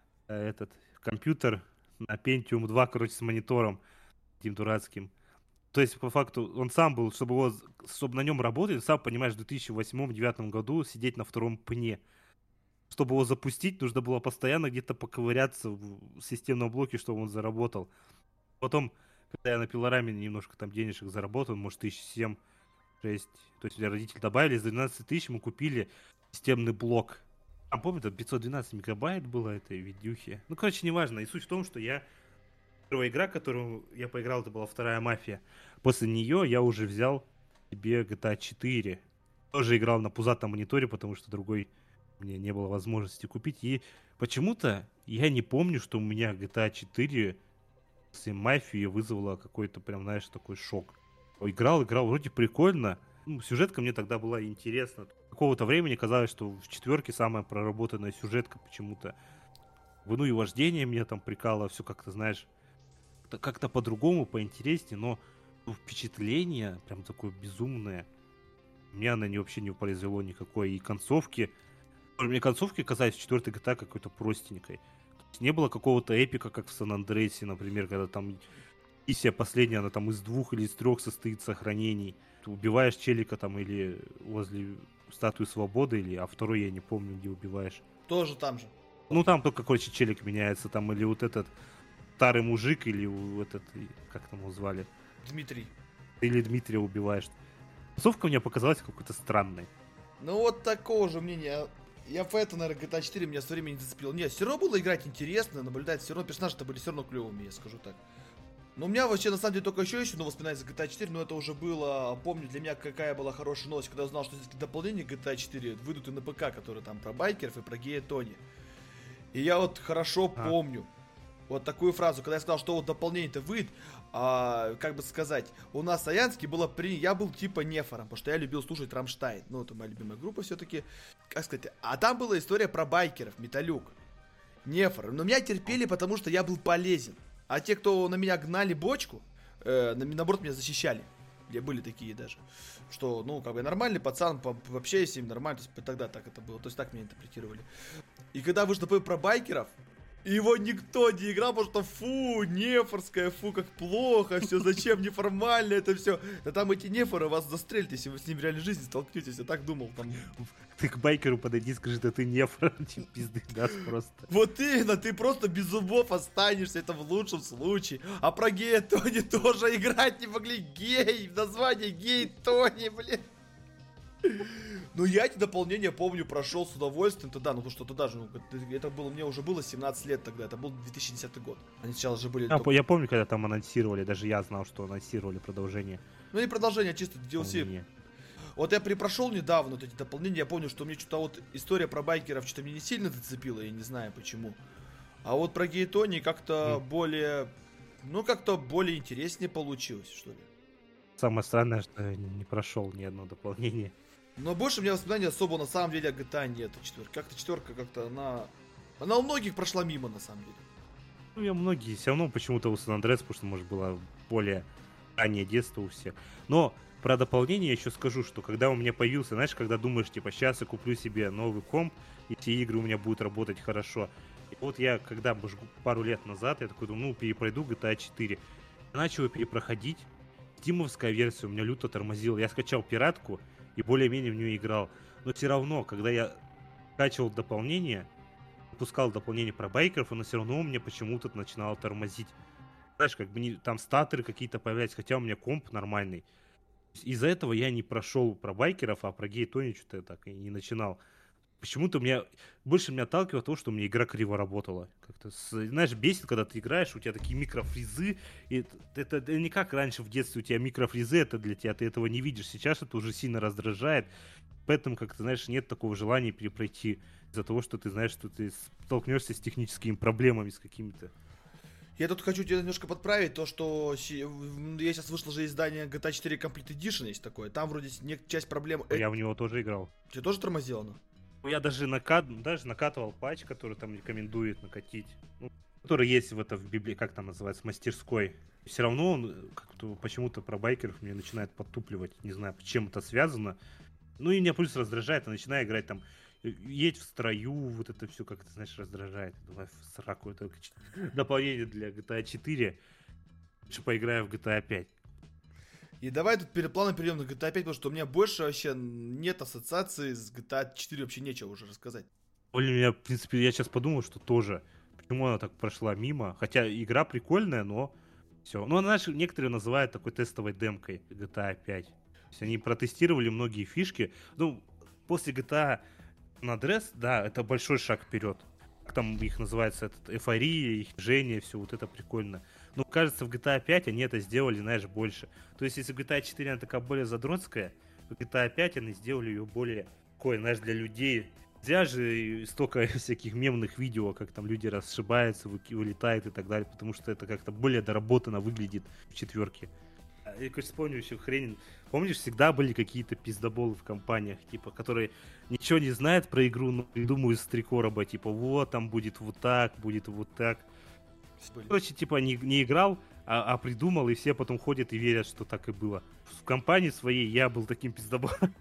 Speaker 2: компьютер на Pentium 2, короче, с монитором этим дурацким. То есть, по факту, он сам был, чтобы на нем работать, сам, понимаешь, в 2008-2009 году сидеть на втором пне. Чтобы его запустить, нужно было постоянно где-то поковыряться в системном блоке, чтобы он заработал. Потом, когда я на пилораме немножко там денежек заработал, может, 7-6, то есть у меня родители добавили, за 12 тысяч мы купили системный блок. А помню, там 512 мегабайт было этой видюхи. Ну, короче, неважно. И суть в том, что первая игра, которую я поиграл, это была вторая «Мафия». После нее я уже взял себе GTA 4. Тоже играл на пузатом мониторе, потому что другой мне не было возможности купить. И почему-то я не помню, что у меня GTA 4 после «Мафии» вызвала какой-то прям, знаешь, такой шок. Играл, вроде прикольно. Ну, сюжетка мне тогда была интересна. Какого-то времени казалось, что в 4 самая проработанная сюжетка почему-то. Ну и вождение меня там прикало, все как-то, знаешь, как-то по-другому, поинтереснее, но впечатление прям такое безумное. Меня оно вообще не произвело никакой. И концовки. Мне концовки казались в 4 GTA какой-то простенькой. То есть не было какого-то эпика, как в Сан-Андреасе, например, когда там миссия последняя, она там из 2 или из 3 состоит сохранений. Ты убиваешь челика там или возле статуи свободы, а второй я не помню, где убиваешь.
Speaker 1: Тоже там же.
Speaker 2: Ну там только, короче, челик меняется, там или вот этот старый мужик, или как там его звали?
Speaker 1: Дмитрий.
Speaker 2: Или Дмитрия убиваешь. Концовка мне показалась какой-то странной.
Speaker 1: Ну вот такого же мнения. Я поэтому, наверное, GTA 4 меня со временем не зацепил. Нет, все равно было играть интересно, наблюдать, все равно персонажи-то были все равно клевыми, я скажу так. Но у меня вообще, на самом деле, только еще воспоминания за GTA 4, но это уже было, помню, для меня какая была хорошая новость, когда я узнал, что здесь дополнение GTA 4 выйдут и на ПК, которые там про байкеров и про гея Тони. И я вот хорошо помню вот такую фразу, когда я сказал, что вот дополнение-то выйдет, как бы сказать, у нас в Саянске было я был типа нефором, потому что я любил слушать Рамштайн, ну, это моя любимая группа все-таки, как сказать, а там была история про байкеров, Металюк, нефор, но меня терпели, потому что я был полезен, а те, кто на меня гнали бочку, наоборот, меня защищали. Были такие даже, что, ну, как бы нормальный пацан, вообще с ним нормально, то есть тогда так это было, то есть так меня интерпретировали. И когда вышло про байкеров, его никто не играл, потому что фу, нефорская, фу, как плохо, все, зачем неформально это все. Да там эти нефоры вас застрелят, если вы с ним в реальной жизни столкнетесь, я так думал там.
Speaker 2: Ты к байкеру подойди, скажи, да ты нефор, тебе пизды даст просто.
Speaker 1: Вот именно, ты просто без зубов останешься, это в лучшем случае. А про гея Тони тоже играть не могли, гей, название гей Тони, блин. Ну, я эти дополнения, помню, прошел с удовольствием тогда, ну, потому что тогда же, это было, мне уже было 17 лет тогда, это был 2010 год. Они сначала же были...
Speaker 2: Я помню, когда там анонсировали, даже я знал, что анонсировали продолжение.
Speaker 1: Ну, не продолжение, а чисто DLC. Вот я прошел недавно вот эти дополнения, я помню, что мне что-то вот история про байкеров что-то меня не сильно зацепила, я не знаю почему. А вот про гей Тони как-то более... Ну, как-то более интереснее получилось, что ли.
Speaker 2: Самое странное, что я не прошел ни одно дополнение.
Speaker 1: Но больше у меня воспоминаний особо на самом деле о GTA нет. Как-то четверка как-то она у многих прошла мимо на самом деле.
Speaker 2: Ну, я многие, все равно почему-то у Сан-Андреас, потому что, может, было более раннее детство у всех. Но про дополнение я еще скажу, что когда у меня появился, знаешь, когда думаешь, типа, сейчас я куплю себе новый комп, и все игры у меня будут работать хорошо. И вот я, когда пару лет назад, я такой думаю, ну, перепройду GTA 4. Я начал перепроходить. Стимовская версия у меня люто тормозила. Я скачал пиратку и более-менее в нее играл. Но все равно, когда я скачивал дополнение, выпускал дополнение про байкеров, оно все равно у меня почему-то начинало тормозить. Знаешь, как бы там статоры какие-то появляются, хотя у меня комп нормальный. Из-за этого я не прошел про байкеров, а про гей Тони что-то я так и не начинал. Почему-то больше меня отталкивало то, что у меня игра криво работала. Как-то, знаешь, бесит, когда ты играешь, у тебя такие микрофризы. И это не как раньше в детстве у тебя микрофризы, это для тебя, ты этого не видишь. Сейчас это уже сильно раздражает. Поэтому, как-то, знаешь, нет такого желания перепройти из-за того, что ты знаешь, что ты столкнешься с техническими проблемами, с какими-то.
Speaker 1: Я тут хочу тебя немножко подправить, то, что сейчас вышло же издание GTA 4 Complete Edition, есть такое. Там вроде часть проблем...
Speaker 2: Я в него тоже играл.
Speaker 1: Тебе тоже тормозило оно?
Speaker 2: Я даже накатывал патч, который там рекомендует накатить. Ну, который есть в библиотеке, как там называется, мастерской. Все равно он как-то почему-то про байкеров мне начинает подтупливать. Не знаю, с чем это связано. Ну и меня плюс раздражает, я начинаю играть там, едь в строю, вот это все как-то, знаешь, раздражает. Давай в сраку, это дополнение для GTA 4. Лучше поиграю в GTA 5.
Speaker 1: И давай тут плавно перейдем на GTA 5, потому что у меня больше вообще нет ассоциации с GTA 4, вообще нечего уже рассказать.
Speaker 2: Блин, я, в принципе, я сейчас подумал, что тоже. Почему она так прошла мимо? Хотя игра прикольная, но все. Ну, знаешь, некоторые называют такой тестовой демкой GTA 5. То есть они протестировали многие фишки. Ну, после GTA на Andreas, да, это большой шаг вперед. Как там их называется, эйфория, их движение, все вот это прикольно. Но кажется, в GTA 5 они это сделали, знаешь, больше. То есть, если GTA 4 она такая более задротская, то GTA 5 они сделали ее более такой, знаешь, для людей. Нельзя же столько всяких мемных видео, как там люди расшибаются, вылетают и так далее, потому что это как-то более доработано выглядит в четверке. Я, конечно, вспомню еще хрень. Помнишь, всегда были какие-то пиздоболы в компаниях, типа, которые ничего не знают про игру, но придумывают с 3 короба, типа, вот, там будет вот так, будет вот так. Короче, типа, не играл, а придумал, и все потом ходят и верят, что так и было. В компании своей я был таким пиздоболом.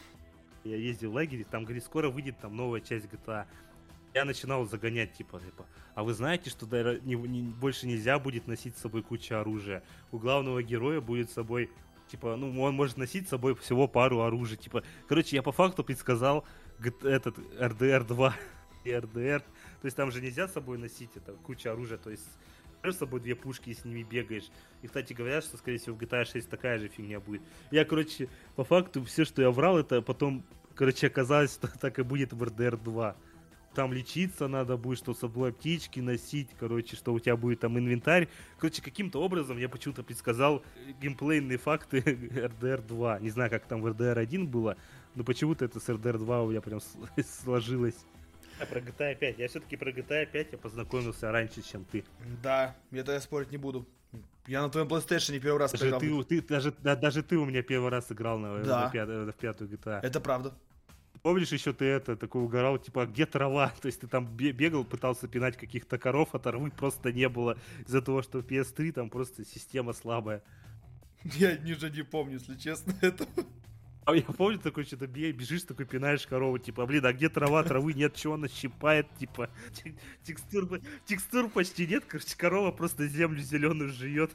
Speaker 2: Я ездил в лагере, там, говорит, скоро выйдет там новая часть GTA. Я начинал загонять, типа, а вы знаете, что больше нельзя будет носить с собой кучу оружия? У главного героя будет с собой, типа, ну, он может носить с собой всего пару оружия, типа. Короче, я по факту предсказал этот RDR 2 и RDR. То есть там же нельзя с собой носить это куча оружия, то есть с собой 2 пушки и с ними бегаешь. И, кстати, говорят, что, скорее всего, в GTA 6 такая же фигня будет. Я, короче, по факту, все, что я врал, это потом, короче, оказалось, что так и будет в RDR 2. Там лечиться надо будет, что с собой аптечки носить, короче, что у тебя будет там инвентарь. Короче, каким-то образом я почему-то предсказал геймплейные факты RDR 2. Не знаю, как там в RDR 1 было, но почему-то это с RDR 2 у меня прям сложилось. А про GTA 5. Я все-таки про GTA 5 я познакомился раньше, чем ты.
Speaker 1: Да, это я спорить не буду. Я на твоем PlayStation первый раз
Speaker 2: поиграл. Даже ты у меня первый раз играл в пятую GTA.
Speaker 1: Это правда.
Speaker 2: Помнишь, еще ты такой угорал, типа, где трава? То есть ты там бегал, пытался пинать каких-то коров, а травы просто не было. Из-за того, что в PS3 там просто система слабая.
Speaker 1: Я ниже не помню, если честно, это.
Speaker 2: А я помню, такой что-то бежишь, такой пинаешь корову, типа, блин, а где трава? Травы нет, чего она щипает, типа, текстур почти нет, короче, корова просто землю зеленую жует.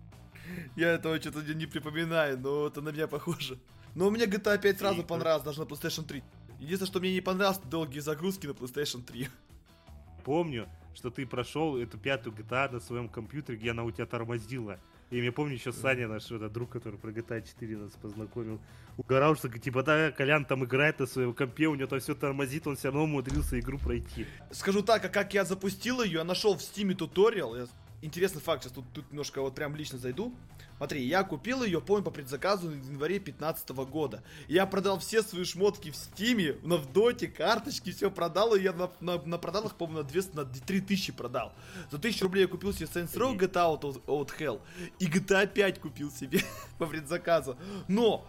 Speaker 1: Я этого что-то не припоминаю, но это на меня похоже. Но мне GTA 5 сразу понравилось, даже на PlayStation 3. Единственное, что мне не понравилось, долгие загрузки на PlayStation 3.
Speaker 2: Помню, что ты прошел эту пятую GTA на своем компьютере, где она у тебя тормозила. И я помню еще Саня, наш друг, который про GTA 4 нас познакомил, угорал, что типа, да, Колян там играет на своем компе, у него там все тормозит, он все равно умудрился игру пройти.
Speaker 1: Скажу так, а как я запустил ее, я нашел в Steam туториал. Интересный факт, сейчас тут немножко вот прям лично зайду. Смотри, я купил ее, помню, по предзаказу в январе 2015 года. Я продал все свои шмотки в Стиме, в Доте, карточки, все продал. И я на продалах, по-моему, на 3000 продал. За 1000 рублей я купил себе Saints Row, GTA Out Hell и GTA 5 купил себе по предзаказу. Но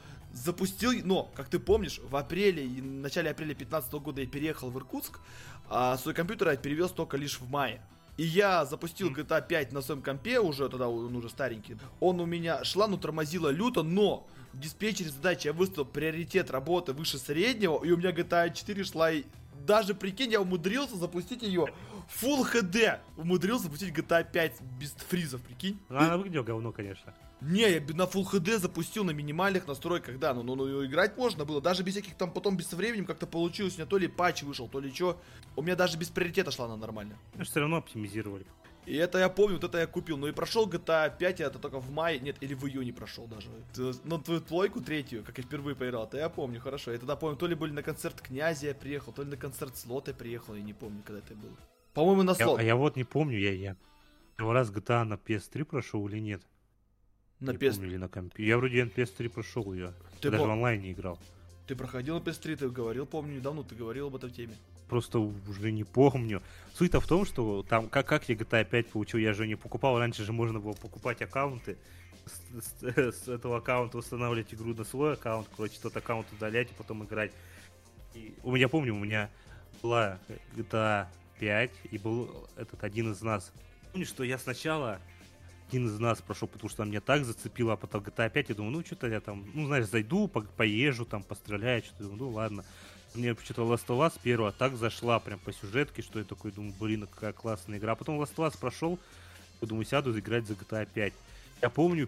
Speaker 1: как ты помнишь, в начале апреля 2015 года я переехал в Иркутск, а свой компьютер я перевез только лишь в мае. И я запустил GTA 5 на своем компе, уже тогда он уже старенький. Он у меня шла, тормозила люто, но в диспетчере задачи я выставил приоритет работы выше среднего, и у меня GTA 4 шла, и даже, прикинь, я умудрился запустить ее Full HD. Умудрился запустить GTA 5 без фризов, прикинь.
Speaker 2: Она выглядела говно, конечно.
Speaker 1: Не, я на Full HD запустил на минимальных настройках, да, играть можно было, даже без всяких там, потом без со временем как-то получилось, у меня то ли патч вышел, то ли что, у меня даже без приоритета шла она нормально.
Speaker 2: Но все равно оптимизировали.
Speaker 1: И это я помню, вот это я купил, и прошел GTA 5, это только в мае, нет, или в июне прошел даже. Твою плойку третью, как я впервые поиграл, это я помню, хорошо, я тогда помню, то ли были на концерт Князя я приехал, то ли на концерт Слота приехал, я не помню, когда это было. По-моему, на Слот.
Speaker 2: Я вот не помню, я первый раз GTA на PS3 прошел или нет.
Speaker 1: На
Speaker 2: PS... помню, или на компе. Я вроде на PS3 прошел ее. Ты даже в онлайне играл.
Speaker 1: Ты проходил на PS3, ты говорил, помню, недавно ты говорил об этой теме.
Speaker 2: Просто уже не помню. Суть-то в том, что там, как я GTA 5 получил, я же не покупал. Раньше же можно было покупать аккаунты. С этого аккаунта устанавливать игру на свой аккаунт. Короче, тот аккаунт удалять и потом играть. И у меня была GTA 5, и был один из нас. Помню, что я сначала один из нас прошел, потому что она меня так зацепила, а потом GTA 5, я думаю, ну, что-то я там, ну, знаешь, зайду, поезжу, там, постреляю, что-то, думаю, ну, ладно. Мне что-то Last of Us первая так зашла прям по сюжетке, что я такой думаю, блин, какая классная игра. А потом Last of Us прошел, я думаю, сяду играть за GTA 5. Я помню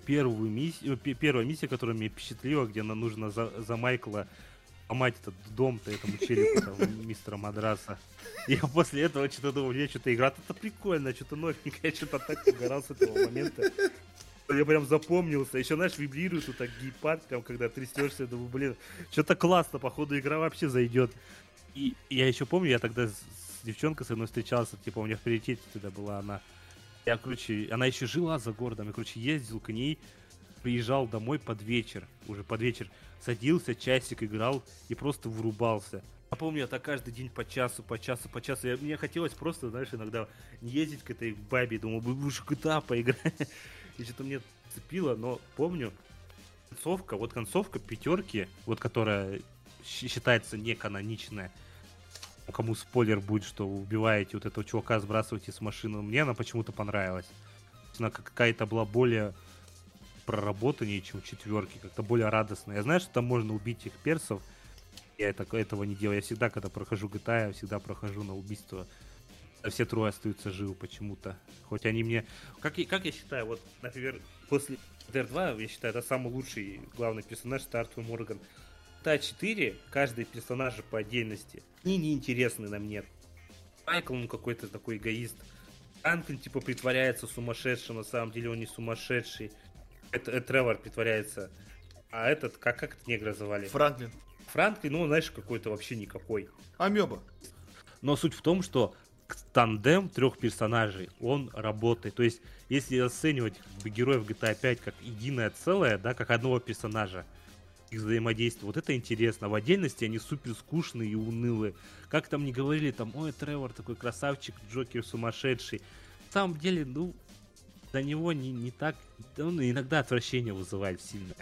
Speaker 2: первая миссия, которая меня впечатлила, где нам нужно за Майкла ломать этот дом-то этому челику, там, мистера Мадраса. И я после этого что-то думал, я что-то игра, это прикольно, что-то новенькое, я что-то так угорал с этого момента. Я прям запомнился. Еще, знаешь, вибрирует вот так гейпад, прям когда трясешься, думаю, блин, что-то классно, походу игра вообще зайдет. И я еще помню, я тогда с девчонкой со мной встречался, типа у меня в приоритете тогда была она. Я, короче, она еще жила за городом, я, короче, ездил к ней, приезжал домой под вечер, уже под вечер, садился, часик играл и просто врубался. Я помню, я так каждый день по часу. Мне хотелось просто, знаешь, иногда не ездить к этой бабе, думал, вы же GTA поиграть. И что-то мне цепило, но помню, концовка пятерки, вот которая считается неканоничная. Кому спойлер будет, что убиваете вот этого чувака, сбрасываете с машины, мне она почему-то понравилась. Она какая-то была более проработаннее, чем четверки, как-то более радостная. Я знаю, что там можно убить их персов, я этого не делаю. Я всегда, когда прохожу GTA, я всегда прохожу на убийство. Все трое остаются живы почему-то. Хоть они мне... Как я считаю, вот, например, после GTA 2, я считаю, это самый лучший главный персонаж, это Артур Морган. GTA 4, каждый персонаж по отдельности, они неинтересны на мне. Майкл, он какой-то такой эгоист. Франклин, типа, притворяется сумасшедшим, на самом деле он не сумасшедший. Это Тревор притворяется. А этот, как этот негра звали? Франклин, ну, знаешь, какой-то вообще никакой.
Speaker 1: Амеба.
Speaker 2: Но суть в том, что тандем трех персонажей, он работает. То есть, если оценивать героев GTA 5 как единое целое, да, как одного персонажа, их взаимодействие, вот это интересно. В отдельности они супер скучные и унылые. Как там не говорили, там, ой, Тревор такой красавчик, Джокер сумасшедший. На самом деле, ну, до него не так, он иногда отвращение вызывает сильное.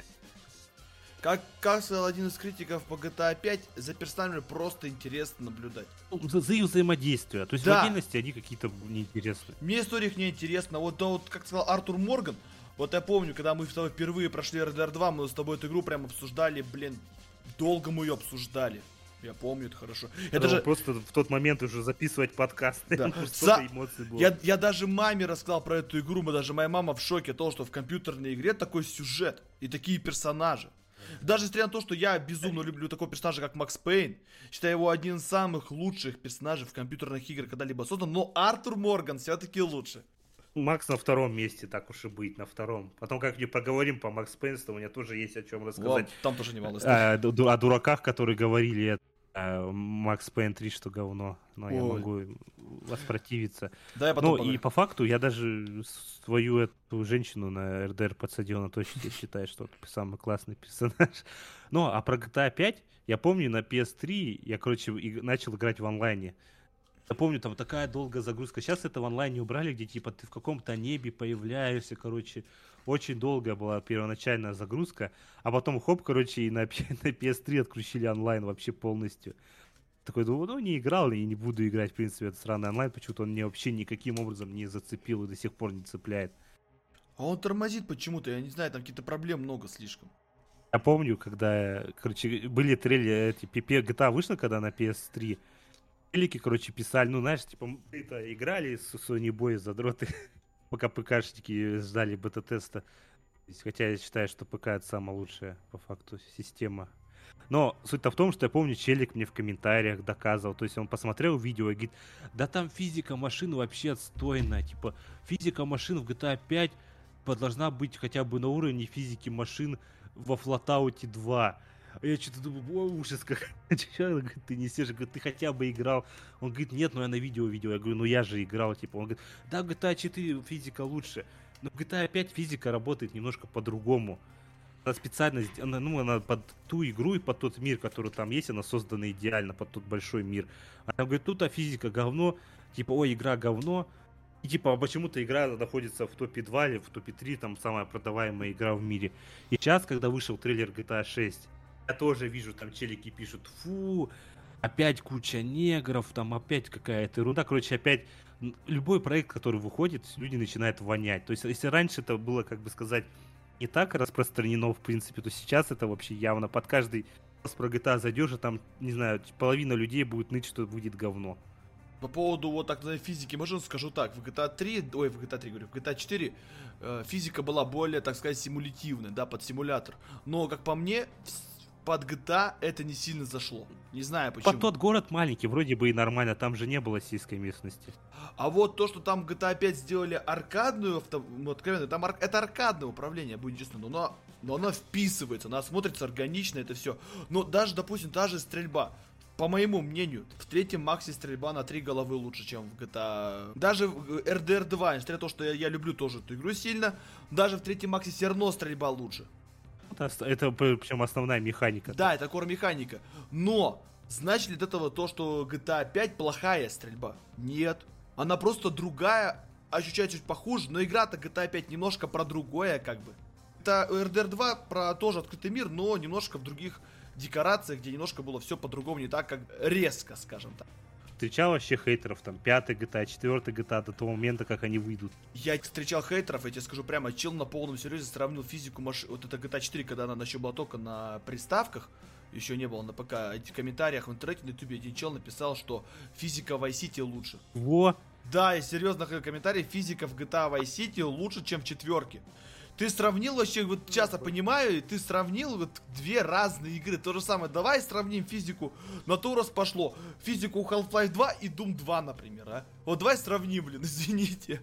Speaker 1: Как сказал один из критиков по GTA 5, за персонажами просто интересно наблюдать.
Speaker 2: За их взаимодействие. То есть
Speaker 1: да.
Speaker 2: В отдельности они какие-то неинтересные.
Speaker 1: Мне история их неинтересна. Вот как сказал Артур Морган, вот я помню, когда мы с тобой впервые прошли RDR 2, мы с тобой эту игру прям обсуждали, блин, долго мы ее обсуждали. Я помню это хорошо.
Speaker 2: Это же просто в тот момент уже записывать подкаст.
Speaker 1: Да.
Speaker 2: Эмоций было.
Speaker 1: Я даже маме рассказал про эту игру, моя мама в шоке от того, что в компьютерной игре такой сюжет и такие персонажи. Даже несмотря на то, что я безумно люблю такого персонажа, как Макс Пейн, считаю его одним из самых лучших персонажей в компьютерных играх когда-либо создан, но Артур Морган все-таки лучше.
Speaker 2: Макс на втором месте, так уж и быть, на втором. Потом как-нибудь поговорим по Макс Пейнсту, у меня тоже есть о чем рассказать.
Speaker 1: Вот, там тоже немало
Speaker 2: историй. О дураках, которые говорили Макс Пейн 3, что говно. Но я могу воспротивиться.
Speaker 1: Да, я потом
Speaker 2: и по факту я даже свою эту женщину на РДР подсадил, она точно считает, что это самый классный персонаж. Ну, а про GTA 5, я помню, на PS3 я, короче, начал играть в онлайне. Я помню, там такая долгая загрузка. Сейчас это в онлайне убрали, где типа ты в каком-то небе появляешься, короче. Очень долгая была первоначальная загрузка. А потом хоп, короче, и на PS3 отключили онлайн вообще полностью. Такой думаю, ну не играл и не буду играть, в принципе, этот сраный онлайн. Почему-то он меня вообще никаким образом не зацепил и до сих пор не цепляет.
Speaker 1: А он тормозит почему-то, я не знаю, там какие-то проблем много слишком.
Speaker 2: Я помню, когда, короче, были трейлеры, GTA вышла, когда на PS3. Телеки, короче, писали, ну, знаешь, типа, мы-то играли с Sony Boy задроты, пока ПКшники ждали бета-теста. Хотя я считаю, что ПК это самая лучшая, по факту, система. Но суть-то в том, что я помню, челик мне в комментариях доказывал, то есть он посмотрел видео и говорит, да там физика машин вообще отстойная, типа, физика машин в GTA 5 должна быть хотя бы на уровне физики машин во Flatout 2. А я что-то думаю, ой, ужас, как ты несешь, говорит, ты хотя бы играл. Он говорит, нет, ну я на видео видел. Я говорю, ну я же играл, типа. Он говорит, да, в GTA 4 физика лучше. Но в GTA 5 физика работает немножко по-другому. Она специально, она под ту игру и под тот мир, который там есть, она создана идеально, под тот большой мир. Она говорит, тут физика говно, типа, ой, игра говно. И типа, почему-то игра находится в топе 2 или в топе 3, там самая продаваемая игра в мире. И сейчас, когда вышел трейлер GTA 6, я тоже вижу, там челики пишут, фу, опять куча негров, там опять какая-то ерунда. Короче, опять любой проект, который выходит, люди начинают вонять. То есть, если раньше это было, как бы сказать, не так распространено, в принципе, то сейчас это вообще явно под каждый раз про GTA зайдешь, а там, не знаю, половина людей будет ныть, что будет говно.
Speaker 1: По поводу вот так называемой физики машин скажу так, в GTA 3, ой, в GTA 3 говорю, в GTA 4 физика была более, так сказать, симулятивной, да, под симулятор. Но, как по мне, под GTA это не сильно зашло. Не знаю почему.
Speaker 2: Под тот город маленький, вроде бы и нормально, там же не было сельской местности.
Speaker 1: А вот то, что там GTA 5 сделали аркадную, откровенно, там это аркадное управление, будет честно, но оно вписывается, она смотрится органично, это все. Но даже, допустим, та же стрельба. По моему мнению, в третьем Максе стрельба на 3 головы лучше, чем в GTA. Даже в RDR 2, несмотря на то, что я люблю тоже эту игру сильно, даже в третьем Максе все равно стрельба лучше.
Speaker 2: Это причем основная механика.
Speaker 1: Да, это кор-механика. Но, значит ли от этого то, что GTA 5 плохая стрельба? Нет. Она просто другая, ощущается чуть похуже, но игра-то GTA 5 немножко про другое, как бы. Это RDR 2 про тоже открытый мир, но немножко в других декорациях, где немножко было все по-другому, не так, как резко, скажем так.
Speaker 2: Встречал вообще хейтеров, там, 5-й GTA, 4-й GTA, до того момента, как они выйдут?
Speaker 1: Я встречал хейтеров, я тебе скажу прямо, чел на полном серьезе сравнил физику вот это GTA 4, когда она еще была только на приставках, еще не было на ПК, в комментариях в интернете, на ютубе один чел написал, что физика в Vice City лучше.
Speaker 2: Во!
Speaker 1: Да, и серьезно, комментарий, физика в GTA Vice City лучше, чем в 4. Ты сравнил вообще, вот сейчас я понимаю, ты сравнил вот две разные игры. То же самое, давай сравним физику, на то раз пошло. Физику Half-Life 2 и Doom 2, например, а. Вот давай сравним, блин, извините.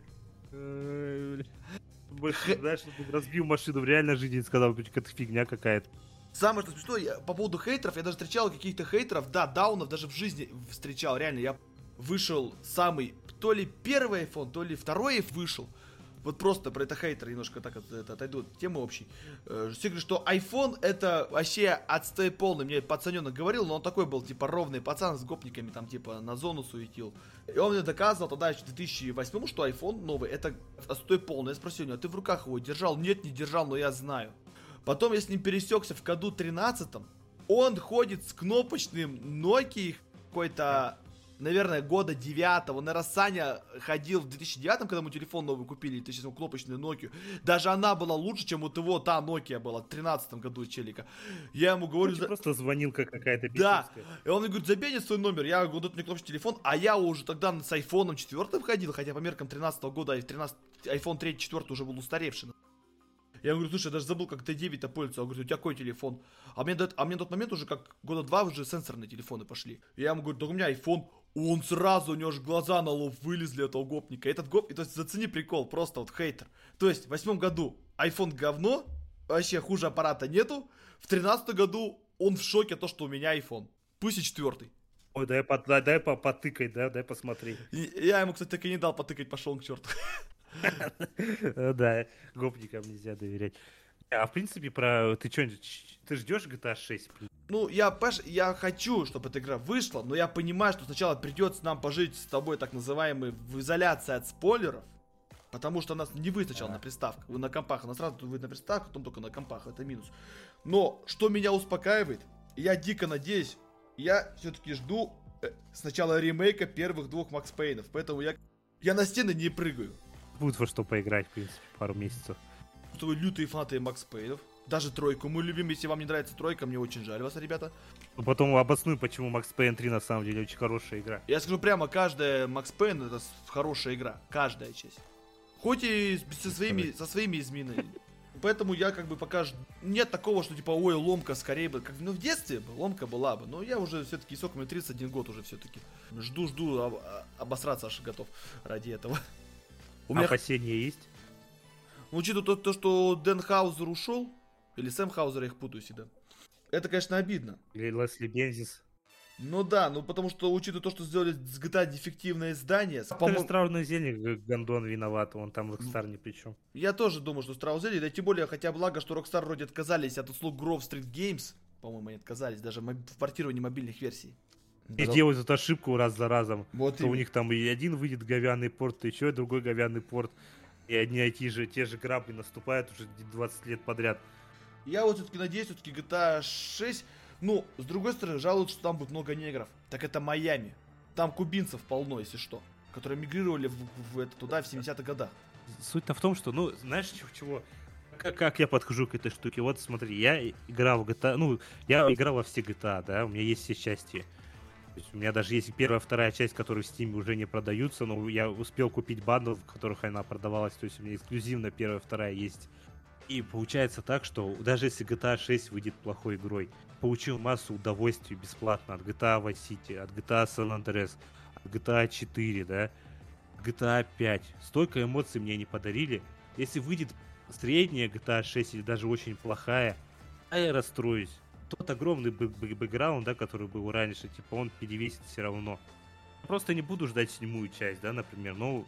Speaker 2: Больше, знаешь, разбил машину в реальной жизни и сказал, что это фигня какая-то.
Speaker 1: Самое что смешное, по поводу хейтеров, я даже встречал каких-то хейтеров, да, даунов даже в жизни встречал, реально, я вышел самый, то ли первый iPhone, то ли второй вышел. Вот просто про это хейтер немножко так отойду от темы общей. Все говорят, что iPhone это вообще отстой полный. Мне пацаненок говорил, но он такой был, типа, ровный пацан с гопниками, там, типа, на зону суетил. И он мне доказывал тогда, в 2008, что iPhone новый это отстой полный. Я спросил у него, а ты в руках его держал? Нет, не держал, но я знаю. Потом я с ним пересекся в году 13-м. Он ходит с кнопочным Nokia какой-то... Наверное, года 9-го. Наверное, Саня ходил в 2009-м, когда мы телефон новый купили, ты сейчас кнопочную Nokia. Даже она была лучше, чем вот его та Nokia была в 13-м году челика. Я ему говорю...
Speaker 2: Просто звонил как какая-то
Speaker 1: да. И он мне говорит, забей мне свой номер. Я говорю, вот мне кнопочный телефон. А я уже тогда с айфоном 4 ходил, хотя по меркам 13-го года iPhone 3 4 уже был устаревший. Я говорю, слушай, я даже забыл, как Т9 пользоваться. Он говорит, у тебя какой телефон? А мне на тот момент уже как года 2 уже сенсорные телефоны пошли. И я ему говорю, да у меня iPhone. Он сразу, у него же глаза на лоб вылезли этого гопника. Этот гоп, то есть зацени прикол, просто вот хейтер. То есть в 8 году iPhone говно, вообще хуже аппарата нету. В 13 году он в шоке от того, что у меня iPhone. Пусть и 4.
Speaker 2: Ой, дай потыкать, дай посмотреть.
Speaker 1: Я ему, кстати, так и не дал потыкать, пошел он к черту.
Speaker 2: Да, гопникам нельзя доверять. А в принципе, ты ждешь GTA 6?
Speaker 1: Ну, я хочу, чтобы эта игра вышла, но я понимаю, что сначала придется нам пожить с тобой, так называемый, в изоляции от спойлеров. Потому что нас не вы сначала на приставках, вы на компах, а нас сразу вы на приставках, потом только на компах, это минус. Но, что меня успокаивает, я дико надеюсь, я все-таки жду сначала ремейка первых 2 Макс Пейнов, поэтому я на стены не прыгаю.
Speaker 2: Будет во что поиграть, в принципе, пару месяцев.
Speaker 1: Что вы лютые фанаты Макс Пейнов. Даже 3 мы любим, если вам не нравится 3, мне очень жаль вас, ребята.
Speaker 2: Потом обоснуй, почему Max Payne 3 на самом деле очень хорошая игра.
Speaker 1: Я скажу прямо, каждая Max Payne это хорошая игра. Каждая часть. Хоть и со своими изменениями. Поэтому я как бы пока нет такого, что типа, ой, ломка скорее бы. Ну, в детстве бы ломка была бы. Но я уже все-таки, сколько мне 31 год уже все-таки. Жду, обосраться аж готов ради этого.
Speaker 2: У меня опасения есть?
Speaker 1: Учитывая то, что Дэн Хаузер ушел, или Сэм Хаузер, я их путаю всегда. Это, конечно, обидно.
Speaker 2: Или Лесли Бензис.
Speaker 1: Ну да, потому что, учитывая то, что сделали с GTA дефективное издание...
Speaker 2: По-моему, Траурный зелье Гондон виноват, он там Rockstar ни при чем.
Speaker 1: Я тоже думаю, что Траурный зелье, да тем более, хотя благо, что Rockstar вроде отказались от услуг Grove Street Games, по-моему, они отказались, даже в портировании мобильных версий.
Speaker 2: И делают эту ошибку раз за разом.
Speaker 1: Вот
Speaker 2: то у них там и один выйдет говяный порт, и еще другой говяный порт. И одни те же грабли наступают уже 20 лет подряд.
Speaker 1: Я вот все-таки надеюсь, все-таки GTA 6 Ну, с другой стороны, жалуются, что там будет много негров. Так это Майами. Там кубинцев полно, если что, которые мигрировали туда в 70-х годах.
Speaker 2: Суть-то в том, что, ну, знаешь, чего? Как я подхожу к этой штуке? Вот смотри, я играл в GTA, ну, я играл во все GTA, да, у меня есть все части. То есть у меня даже есть первая, вторая часть, которые в Steam уже не продаются, но я успел купить бандл, в которых она продавалась, то есть у меня эксклюзивно первая, вторая есть. И получается так, что даже если GTA 6 выйдет плохой игрой, получил массу удовольствия бесплатно от GTA Vice City, от GTA San Andreas, от GTA 4, да, GTA 5. Столько эмоций мне не подарили. Если выйдет средняя GTA 6 или даже очень плохая, а я расстроюсь. Тот огромный бэкграунд, да, который был раньше, типа он перевесит все равно. Просто не буду ждать 7-ю часть, да, например, ну,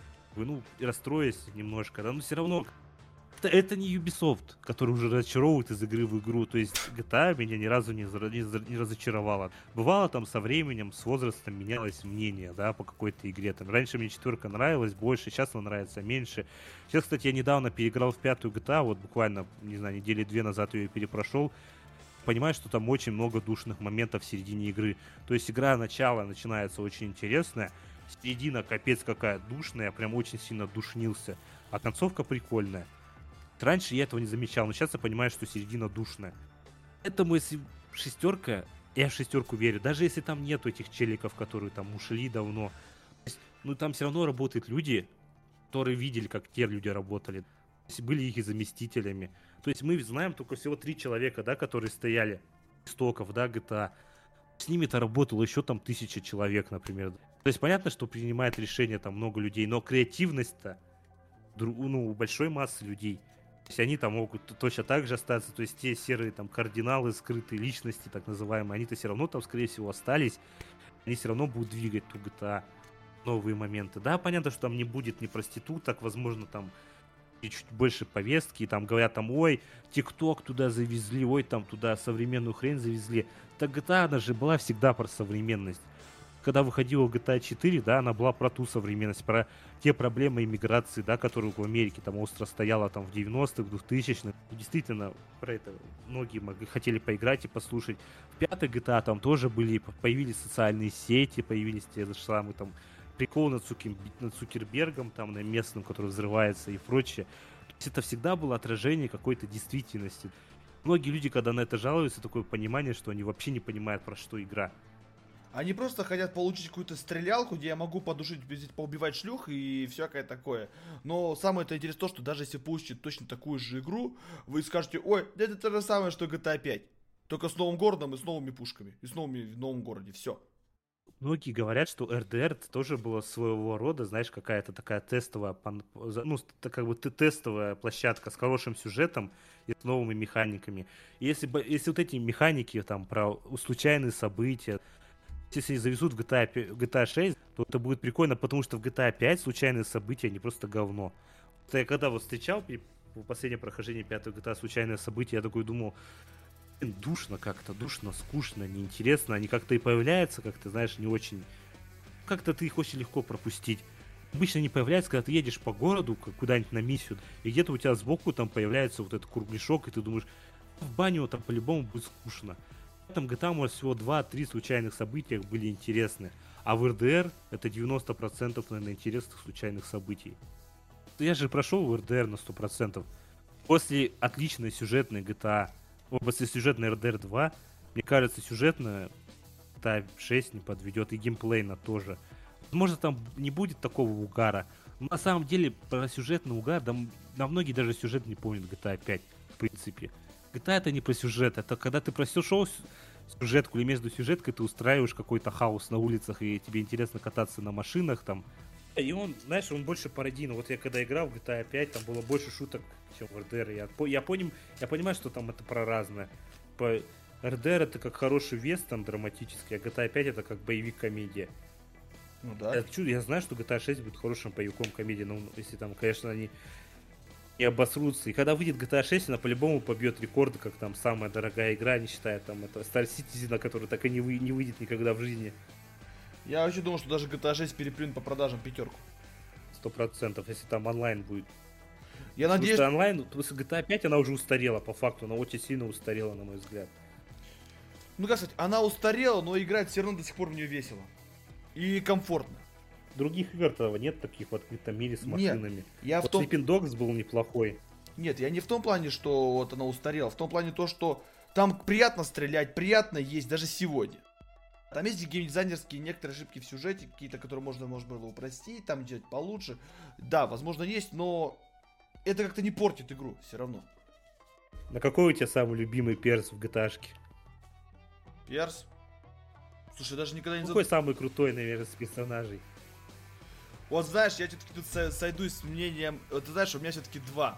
Speaker 2: расстроюсь немножко, да, но все равно это не Ubisoft, который уже разочаровывает из игры в игру. То есть GTA меня ни разу не разочаровала. Бывало там со временем, с возрастом менялось мнение, да, по какой-то игре. Там раньше мне 4 нравилась больше, сейчас она нравится меньше. Сейчас, кстати, я недавно переиграл в 5-ю GTA, вот буквально, не знаю, недели 2 назад ее перепрошел. Понимаю, что там очень много душных моментов в середине игры. То есть игра начинается очень интересная, середина капец какая душная, прям очень сильно душнился, а концовка прикольная. Раньше я этого не замечал, но сейчас я понимаю, что середина душная. Поэтому если шестерка, я в шестерку верю. Даже если там нету этих челиков, которые там ушли давно. Ну там все равно работают люди, которые видели, как те люди работали. Были их и заместителями. То есть мы знаем только всего 3 человека, да, которые стояли истоков, да, GTA. С ними-то работало еще там 1000 человек, например. То есть понятно, что принимает решение там много людей, но креативность-то у большой массы людей. То есть они там могут точно так же остаться, то есть те серые там кардиналы, скрытые личности, так называемые, они-то все равно там, скорее всего, остались, они все равно будут двигать ту GTA новые моменты. Да, понятно, что там не будет ни проституток, возможно, там и чуть больше повестки, и там говорят там, ой, ТикТок туда завезли, ой, там туда современную хрень завезли. Так GTA, она же была всегда про современность. Когда выходила GTA 4, да, она была про ту современность, про те проблемы иммиграции, да, которые в Америке там остро стояла там в 90-х, 2000-х. Действительно, про это многие хотели поиграть и послушать. В 5-й GTA там тоже появились социальные сети, появились те же самые там прикол над Цукербергом, там, на местном, который взрывается и прочее. То есть это всегда было отражение какой-то действительности. Многие люди, когда на это жалуются, такое понимание, что они вообще не понимают, про что игра.
Speaker 1: Они просто хотят получить какую-то стрелялку, где я могу подушить, поубивать шлюх и всякое такое. Но самое-то интересное то, что даже если получите точно такую же игру, вы скажете, ой, это то же самое, что GTA 5. Только с новым городом и с новыми пушками. И с новыми в новом городе. Все.
Speaker 2: Многие говорят, что RDR тоже была своего рода, знаешь, какая-то такая тестовая, ну, как бы тестовая площадка с хорошим сюжетом и с новыми механиками. И если вот эти механики там про случайные события, если завезут в GTA 6, то это будет прикольно, потому что в GTA 5 случайные события, они просто говно. Я когда вот встречал в последнем прохождении 5 GTA случайные события, я такой думал, душно как-то, душно, скучно, неинтересно. Они как-то и появляются, как-то, знаешь, не очень... Как-то ты их очень легко пропустить. Обычно они появляются, когда ты едешь по городу, куда-нибудь на миссию, и где-то у тебя сбоку там появляется вот этот кругляшок, и ты думаешь, в баню там по-любому будет скучно. Там GTA, может, всего 2-3 случайных события были интересны. А в RDR это 90%, наверное, интересных случайных событий. Я же прошел в RDR на 100%. После отличной сюжетной GTA, после сюжетной RDR 2, мне кажется, сюжетная GTA 6 не подведет, и геймплейно тоже. Может, там не будет такого угара. Но на самом деле, про сюжетный угар, да, многие даже сюжет не помнят GTA 5, в принципе. GTA это не про сюжет, это когда ты прошел сюжетку или между сюжеткой ты устраиваешь какой-то хаос на улицах, и тебе интересно кататься на машинах там. И он, знаешь, он больше пародийный. Вот я когда играл в GTA 5, там было больше шуток, чем в RDR. Я понимаю, что там это про разное. RDR это как хороший вестерн драматический, а GTA 5 это как боевик-комедия.
Speaker 1: Ну да.
Speaker 2: Я знаю, что GTA 6 будет хорошим боевиком комедии, но если там, конечно, они и обосрутся. И когда выйдет GTA 6, она по-любому побьет рекорды, как там самая дорогая игра, не считая там это Star Citizen, который так и не выйдет никогда в жизни.
Speaker 1: Я вообще думал, что даже GTA 6 переплюнет по продажам 5.
Speaker 2: 100%, если там онлайн будет.
Speaker 1: Я надеюсь...
Speaker 2: Потому что онлайн, после GTA 5 она уже устарела, по факту, она очень сильно устарела, на мой взгляд.
Speaker 1: Ну, как сказать, она устарела, но играть все равно до сих пор в нее весело. И комфортно.
Speaker 2: Других игр-то нет таких в открытом мире с машинами.
Speaker 1: Я
Speaker 2: вот
Speaker 1: в том...
Speaker 2: Sleeping Dogs был неплохой.
Speaker 1: Нет, я не в том плане, что вот она устарела. В том плане то, что там приятно стрелять, приятно есть даже сегодня. Там есть геймдизайнерские некоторые ошибки в сюжете, какие-то, которые можно было упростить, там делать получше. Да, возможно, есть, но это как-то не портит игру все равно.
Speaker 2: На какой у тебя самый любимый перс в GTA-шке?
Speaker 1: Перс? Слушай, даже никогда не...
Speaker 2: Какой самый крутой, наверное, из персонажей?
Speaker 1: Вот знаешь, я все-таки тут сойдусь с мнением... Вот ты знаешь, у меня все-таки два.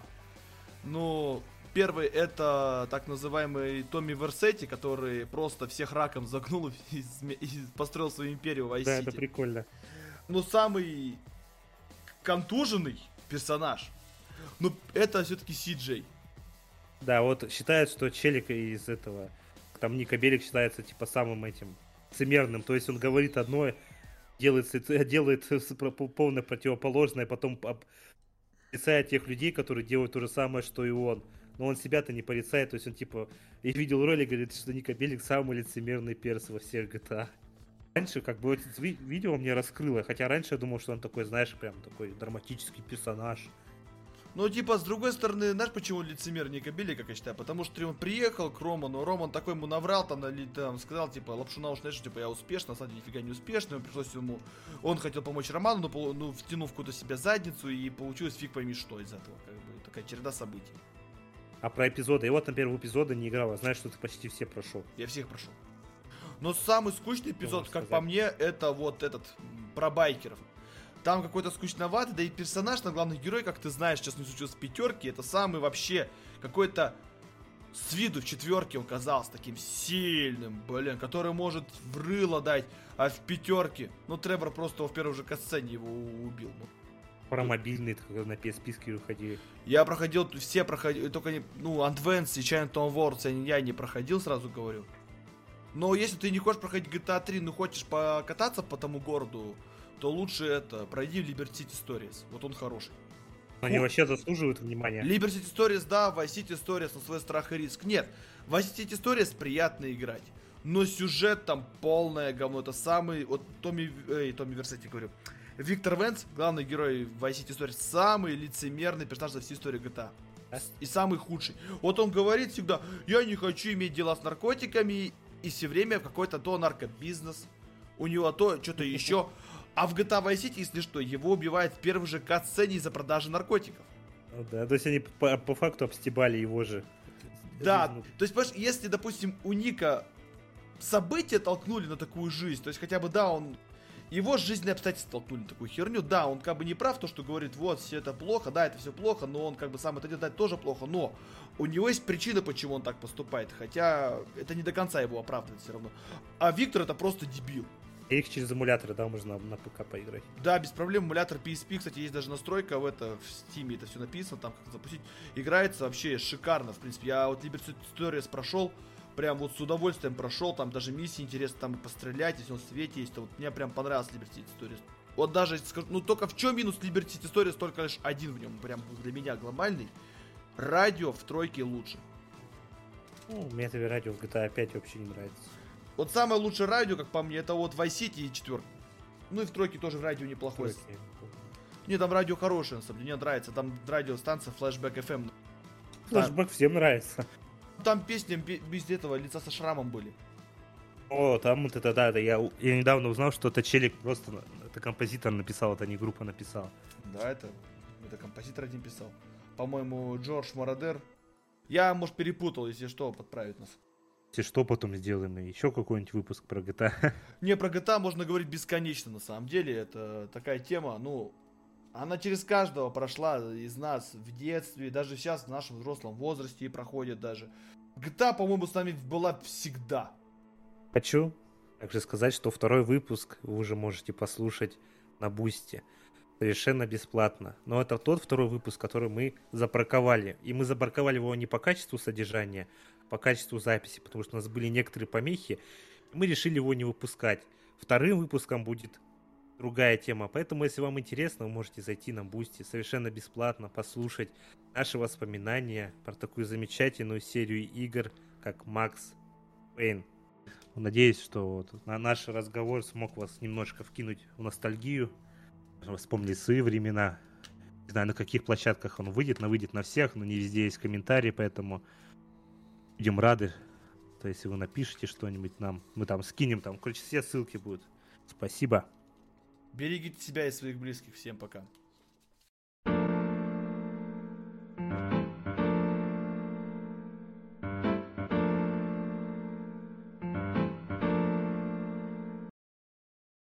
Speaker 1: Ну, первый это так называемый Томми Версетти, который просто всех раком загнул и построил свою империю в Vice City.
Speaker 2: Да, это прикольно.
Speaker 1: Но самый контуженный персонаж, ну, это все-таки Си-Джей.
Speaker 2: Да, вот считают, что челик из этого... Там Ника Белик считается типа самым этим лицемерным. То есть он говорит одно, делает полное противоположное, потом порицает тех людей, которые делают то же самое, что и он. Но он себя-то не порицает, то есть он типа... И видел ролик, говорит, что Ника Белик самый лицемерный перс во всех GTA. Раньше как бы вот видео мне раскрыло, хотя раньше я думал, что он такой, знаешь, прям такой драматический персонаж.
Speaker 1: Ну, типа, с другой стороны, знаешь, почему лицемер Ника Белли, как я считаю? Потому что он приехал к Роману, Роман такой ему наврал, там сказал, типа, лапшу на уши, знаешь, типа, я успешный, на самом деле, нифига не успешный, пришлось ему, он хотел помочь Роману, но втянув какую-то себе задницу, и получилось фиг пойми что из этого, как бы, такая череда событий.
Speaker 2: А про эпизоды? Я вот на первый эпизоды не играл, а знаешь, что ты почти все прошел.
Speaker 1: Я всех прошел. Но самый скучный эпизод, как по мне, это вот этот, про байкеров. Там какой-то скучноватый, да и персонаж, на главный герой, как ты знаешь, сейчас не случилось в пятерке, это самый вообще какой-то с виду в четверке он казался таким сильным, блин, который может в рыло дать, а в пятерке, ну Тревор просто в первой же катсцене его убил.
Speaker 2: Про мобильный, на PS-списке выходили.
Speaker 1: Я проходил, все проходили, только не, ну, Advance и Chinatown Wars я не проходил, сразу говорю. Но если ты не хочешь проходить GTA 3, но хочешь покататься по тому городу, то лучше это, пройди Liberty City Stories. Вот он хороший.
Speaker 2: Они вообще заслуживают внимания.
Speaker 1: Liberty City Stories, да, Vice City Stories на свой страх и риск. Нет, Vice City Stories приятно играть. Но сюжет там полное говно. Это самый, вот Томми Версетти говорю. Виктор Венс, главный герой Vice City Stories, самый лицемерный персонаж за всю историю GTA. И самый худший. Вот он говорит всегда, я не хочу иметь дела с наркотиками. И все время какой-то то наркобизнес. У него то что-то еще. А в GTA Vice City, если что, его убивают в первой же кат-сцене из-за продажи наркотиков.
Speaker 2: Ну, да, то есть они по факту обстебали его же.
Speaker 1: Да, то есть, понимаешь, если, допустим, у Ника события толкнули на такую жизнь, то есть хотя бы, да, он... Его жизненные обстоятельства толкнули на такую херню, да, он как бы не прав, то, что говорит, вот, все это плохо, да, это все плохо, но он как бы сам это делает тоже плохо, но у него есть причина, почему он так поступает, хотя это не до конца его оправдывает все равно. А Виктор это просто дебил.
Speaker 2: И их через эмуляторы, да, можно на ПК поиграть.
Speaker 1: Да, без проблем. Эмулятор PSP, кстати, есть даже настройка в Steam, это все написано, там как запустить. Играется вообще шикарно, в принципе. Я вот Liberty Stories прошел, прям вот с удовольствием прошел, там даже миссии интересно, там пострелять, если он в свете есть, то вот мне прям понравился Liberty Stories. Вот даже, ну только в чем минус Liberty Stories, только лишь один в нем, прям для меня глобальный. Радио в тройке лучше.
Speaker 2: Ну, мне это радио в GTA 5 вообще не нравится.
Speaker 1: Вот самое лучшее радио, как по мне, это вот Vice City и 4. Ну и в тройке тоже радио неплохое. Не, там радио хорошее, на самом деле, мне нравится. Там радиостанция Flashback FM.
Speaker 2: Flashback всем нравится.
Speaker 1: Там песни без этого лица со шрамом были.
Speaker 2: О, там вот это, да, я недавно узнал, что это челик просто, это композитор написал, это не группа написала.
Speaker 1: Да, это композитор один писал. По-моему, Джордж Морадер. Я, может, перепутал, если что, подправить нас.
Speaker 2: Если что, потом сделаем еще какой-нибудь выпуск про GTA.
Speaker 1: Не, про GTA можно говорить бесконечно, на самом деле. Это такая тема, ну, она через каждого прошла из нас в детстве, даже сейчас в нашем взрослом возрасте и проходит даже. GTA, по-моему, с нами была всегда.
Speaker 2: Хочу также сказать, что второй выпуск вы уже можете послушать на Бусти. Совершенно бесплатно. Но это тот второй выпуск, который мы забраковали. И мы забраковали его не по качеству содержания, а по качеству записи, потому что у нас были некоторые помехи. Мы решили его не выпускать. Вторым выпуском будет другая тема. Поэтому, если вам интересно, вы можете зайти на Бусти совершенно бесплатно, послушать наши воспоминания про такую замечательную серию игр, как Макс Пейн. Надеюсь, что вот наш разговор смог вас немножко вкинуть в ностальгию. Вспомнили свои времена. Не знаю, на каких площадках он выйдет, но выйдет на всех, но не везде есть комментарии, поэтому будем рады. То есть, если вы напишите что-нибудь нам, мы там скинем, там, короче, все ссылки будут. Спасибо.
Speaker 1: Берегите себя и своих близких. Всем пока.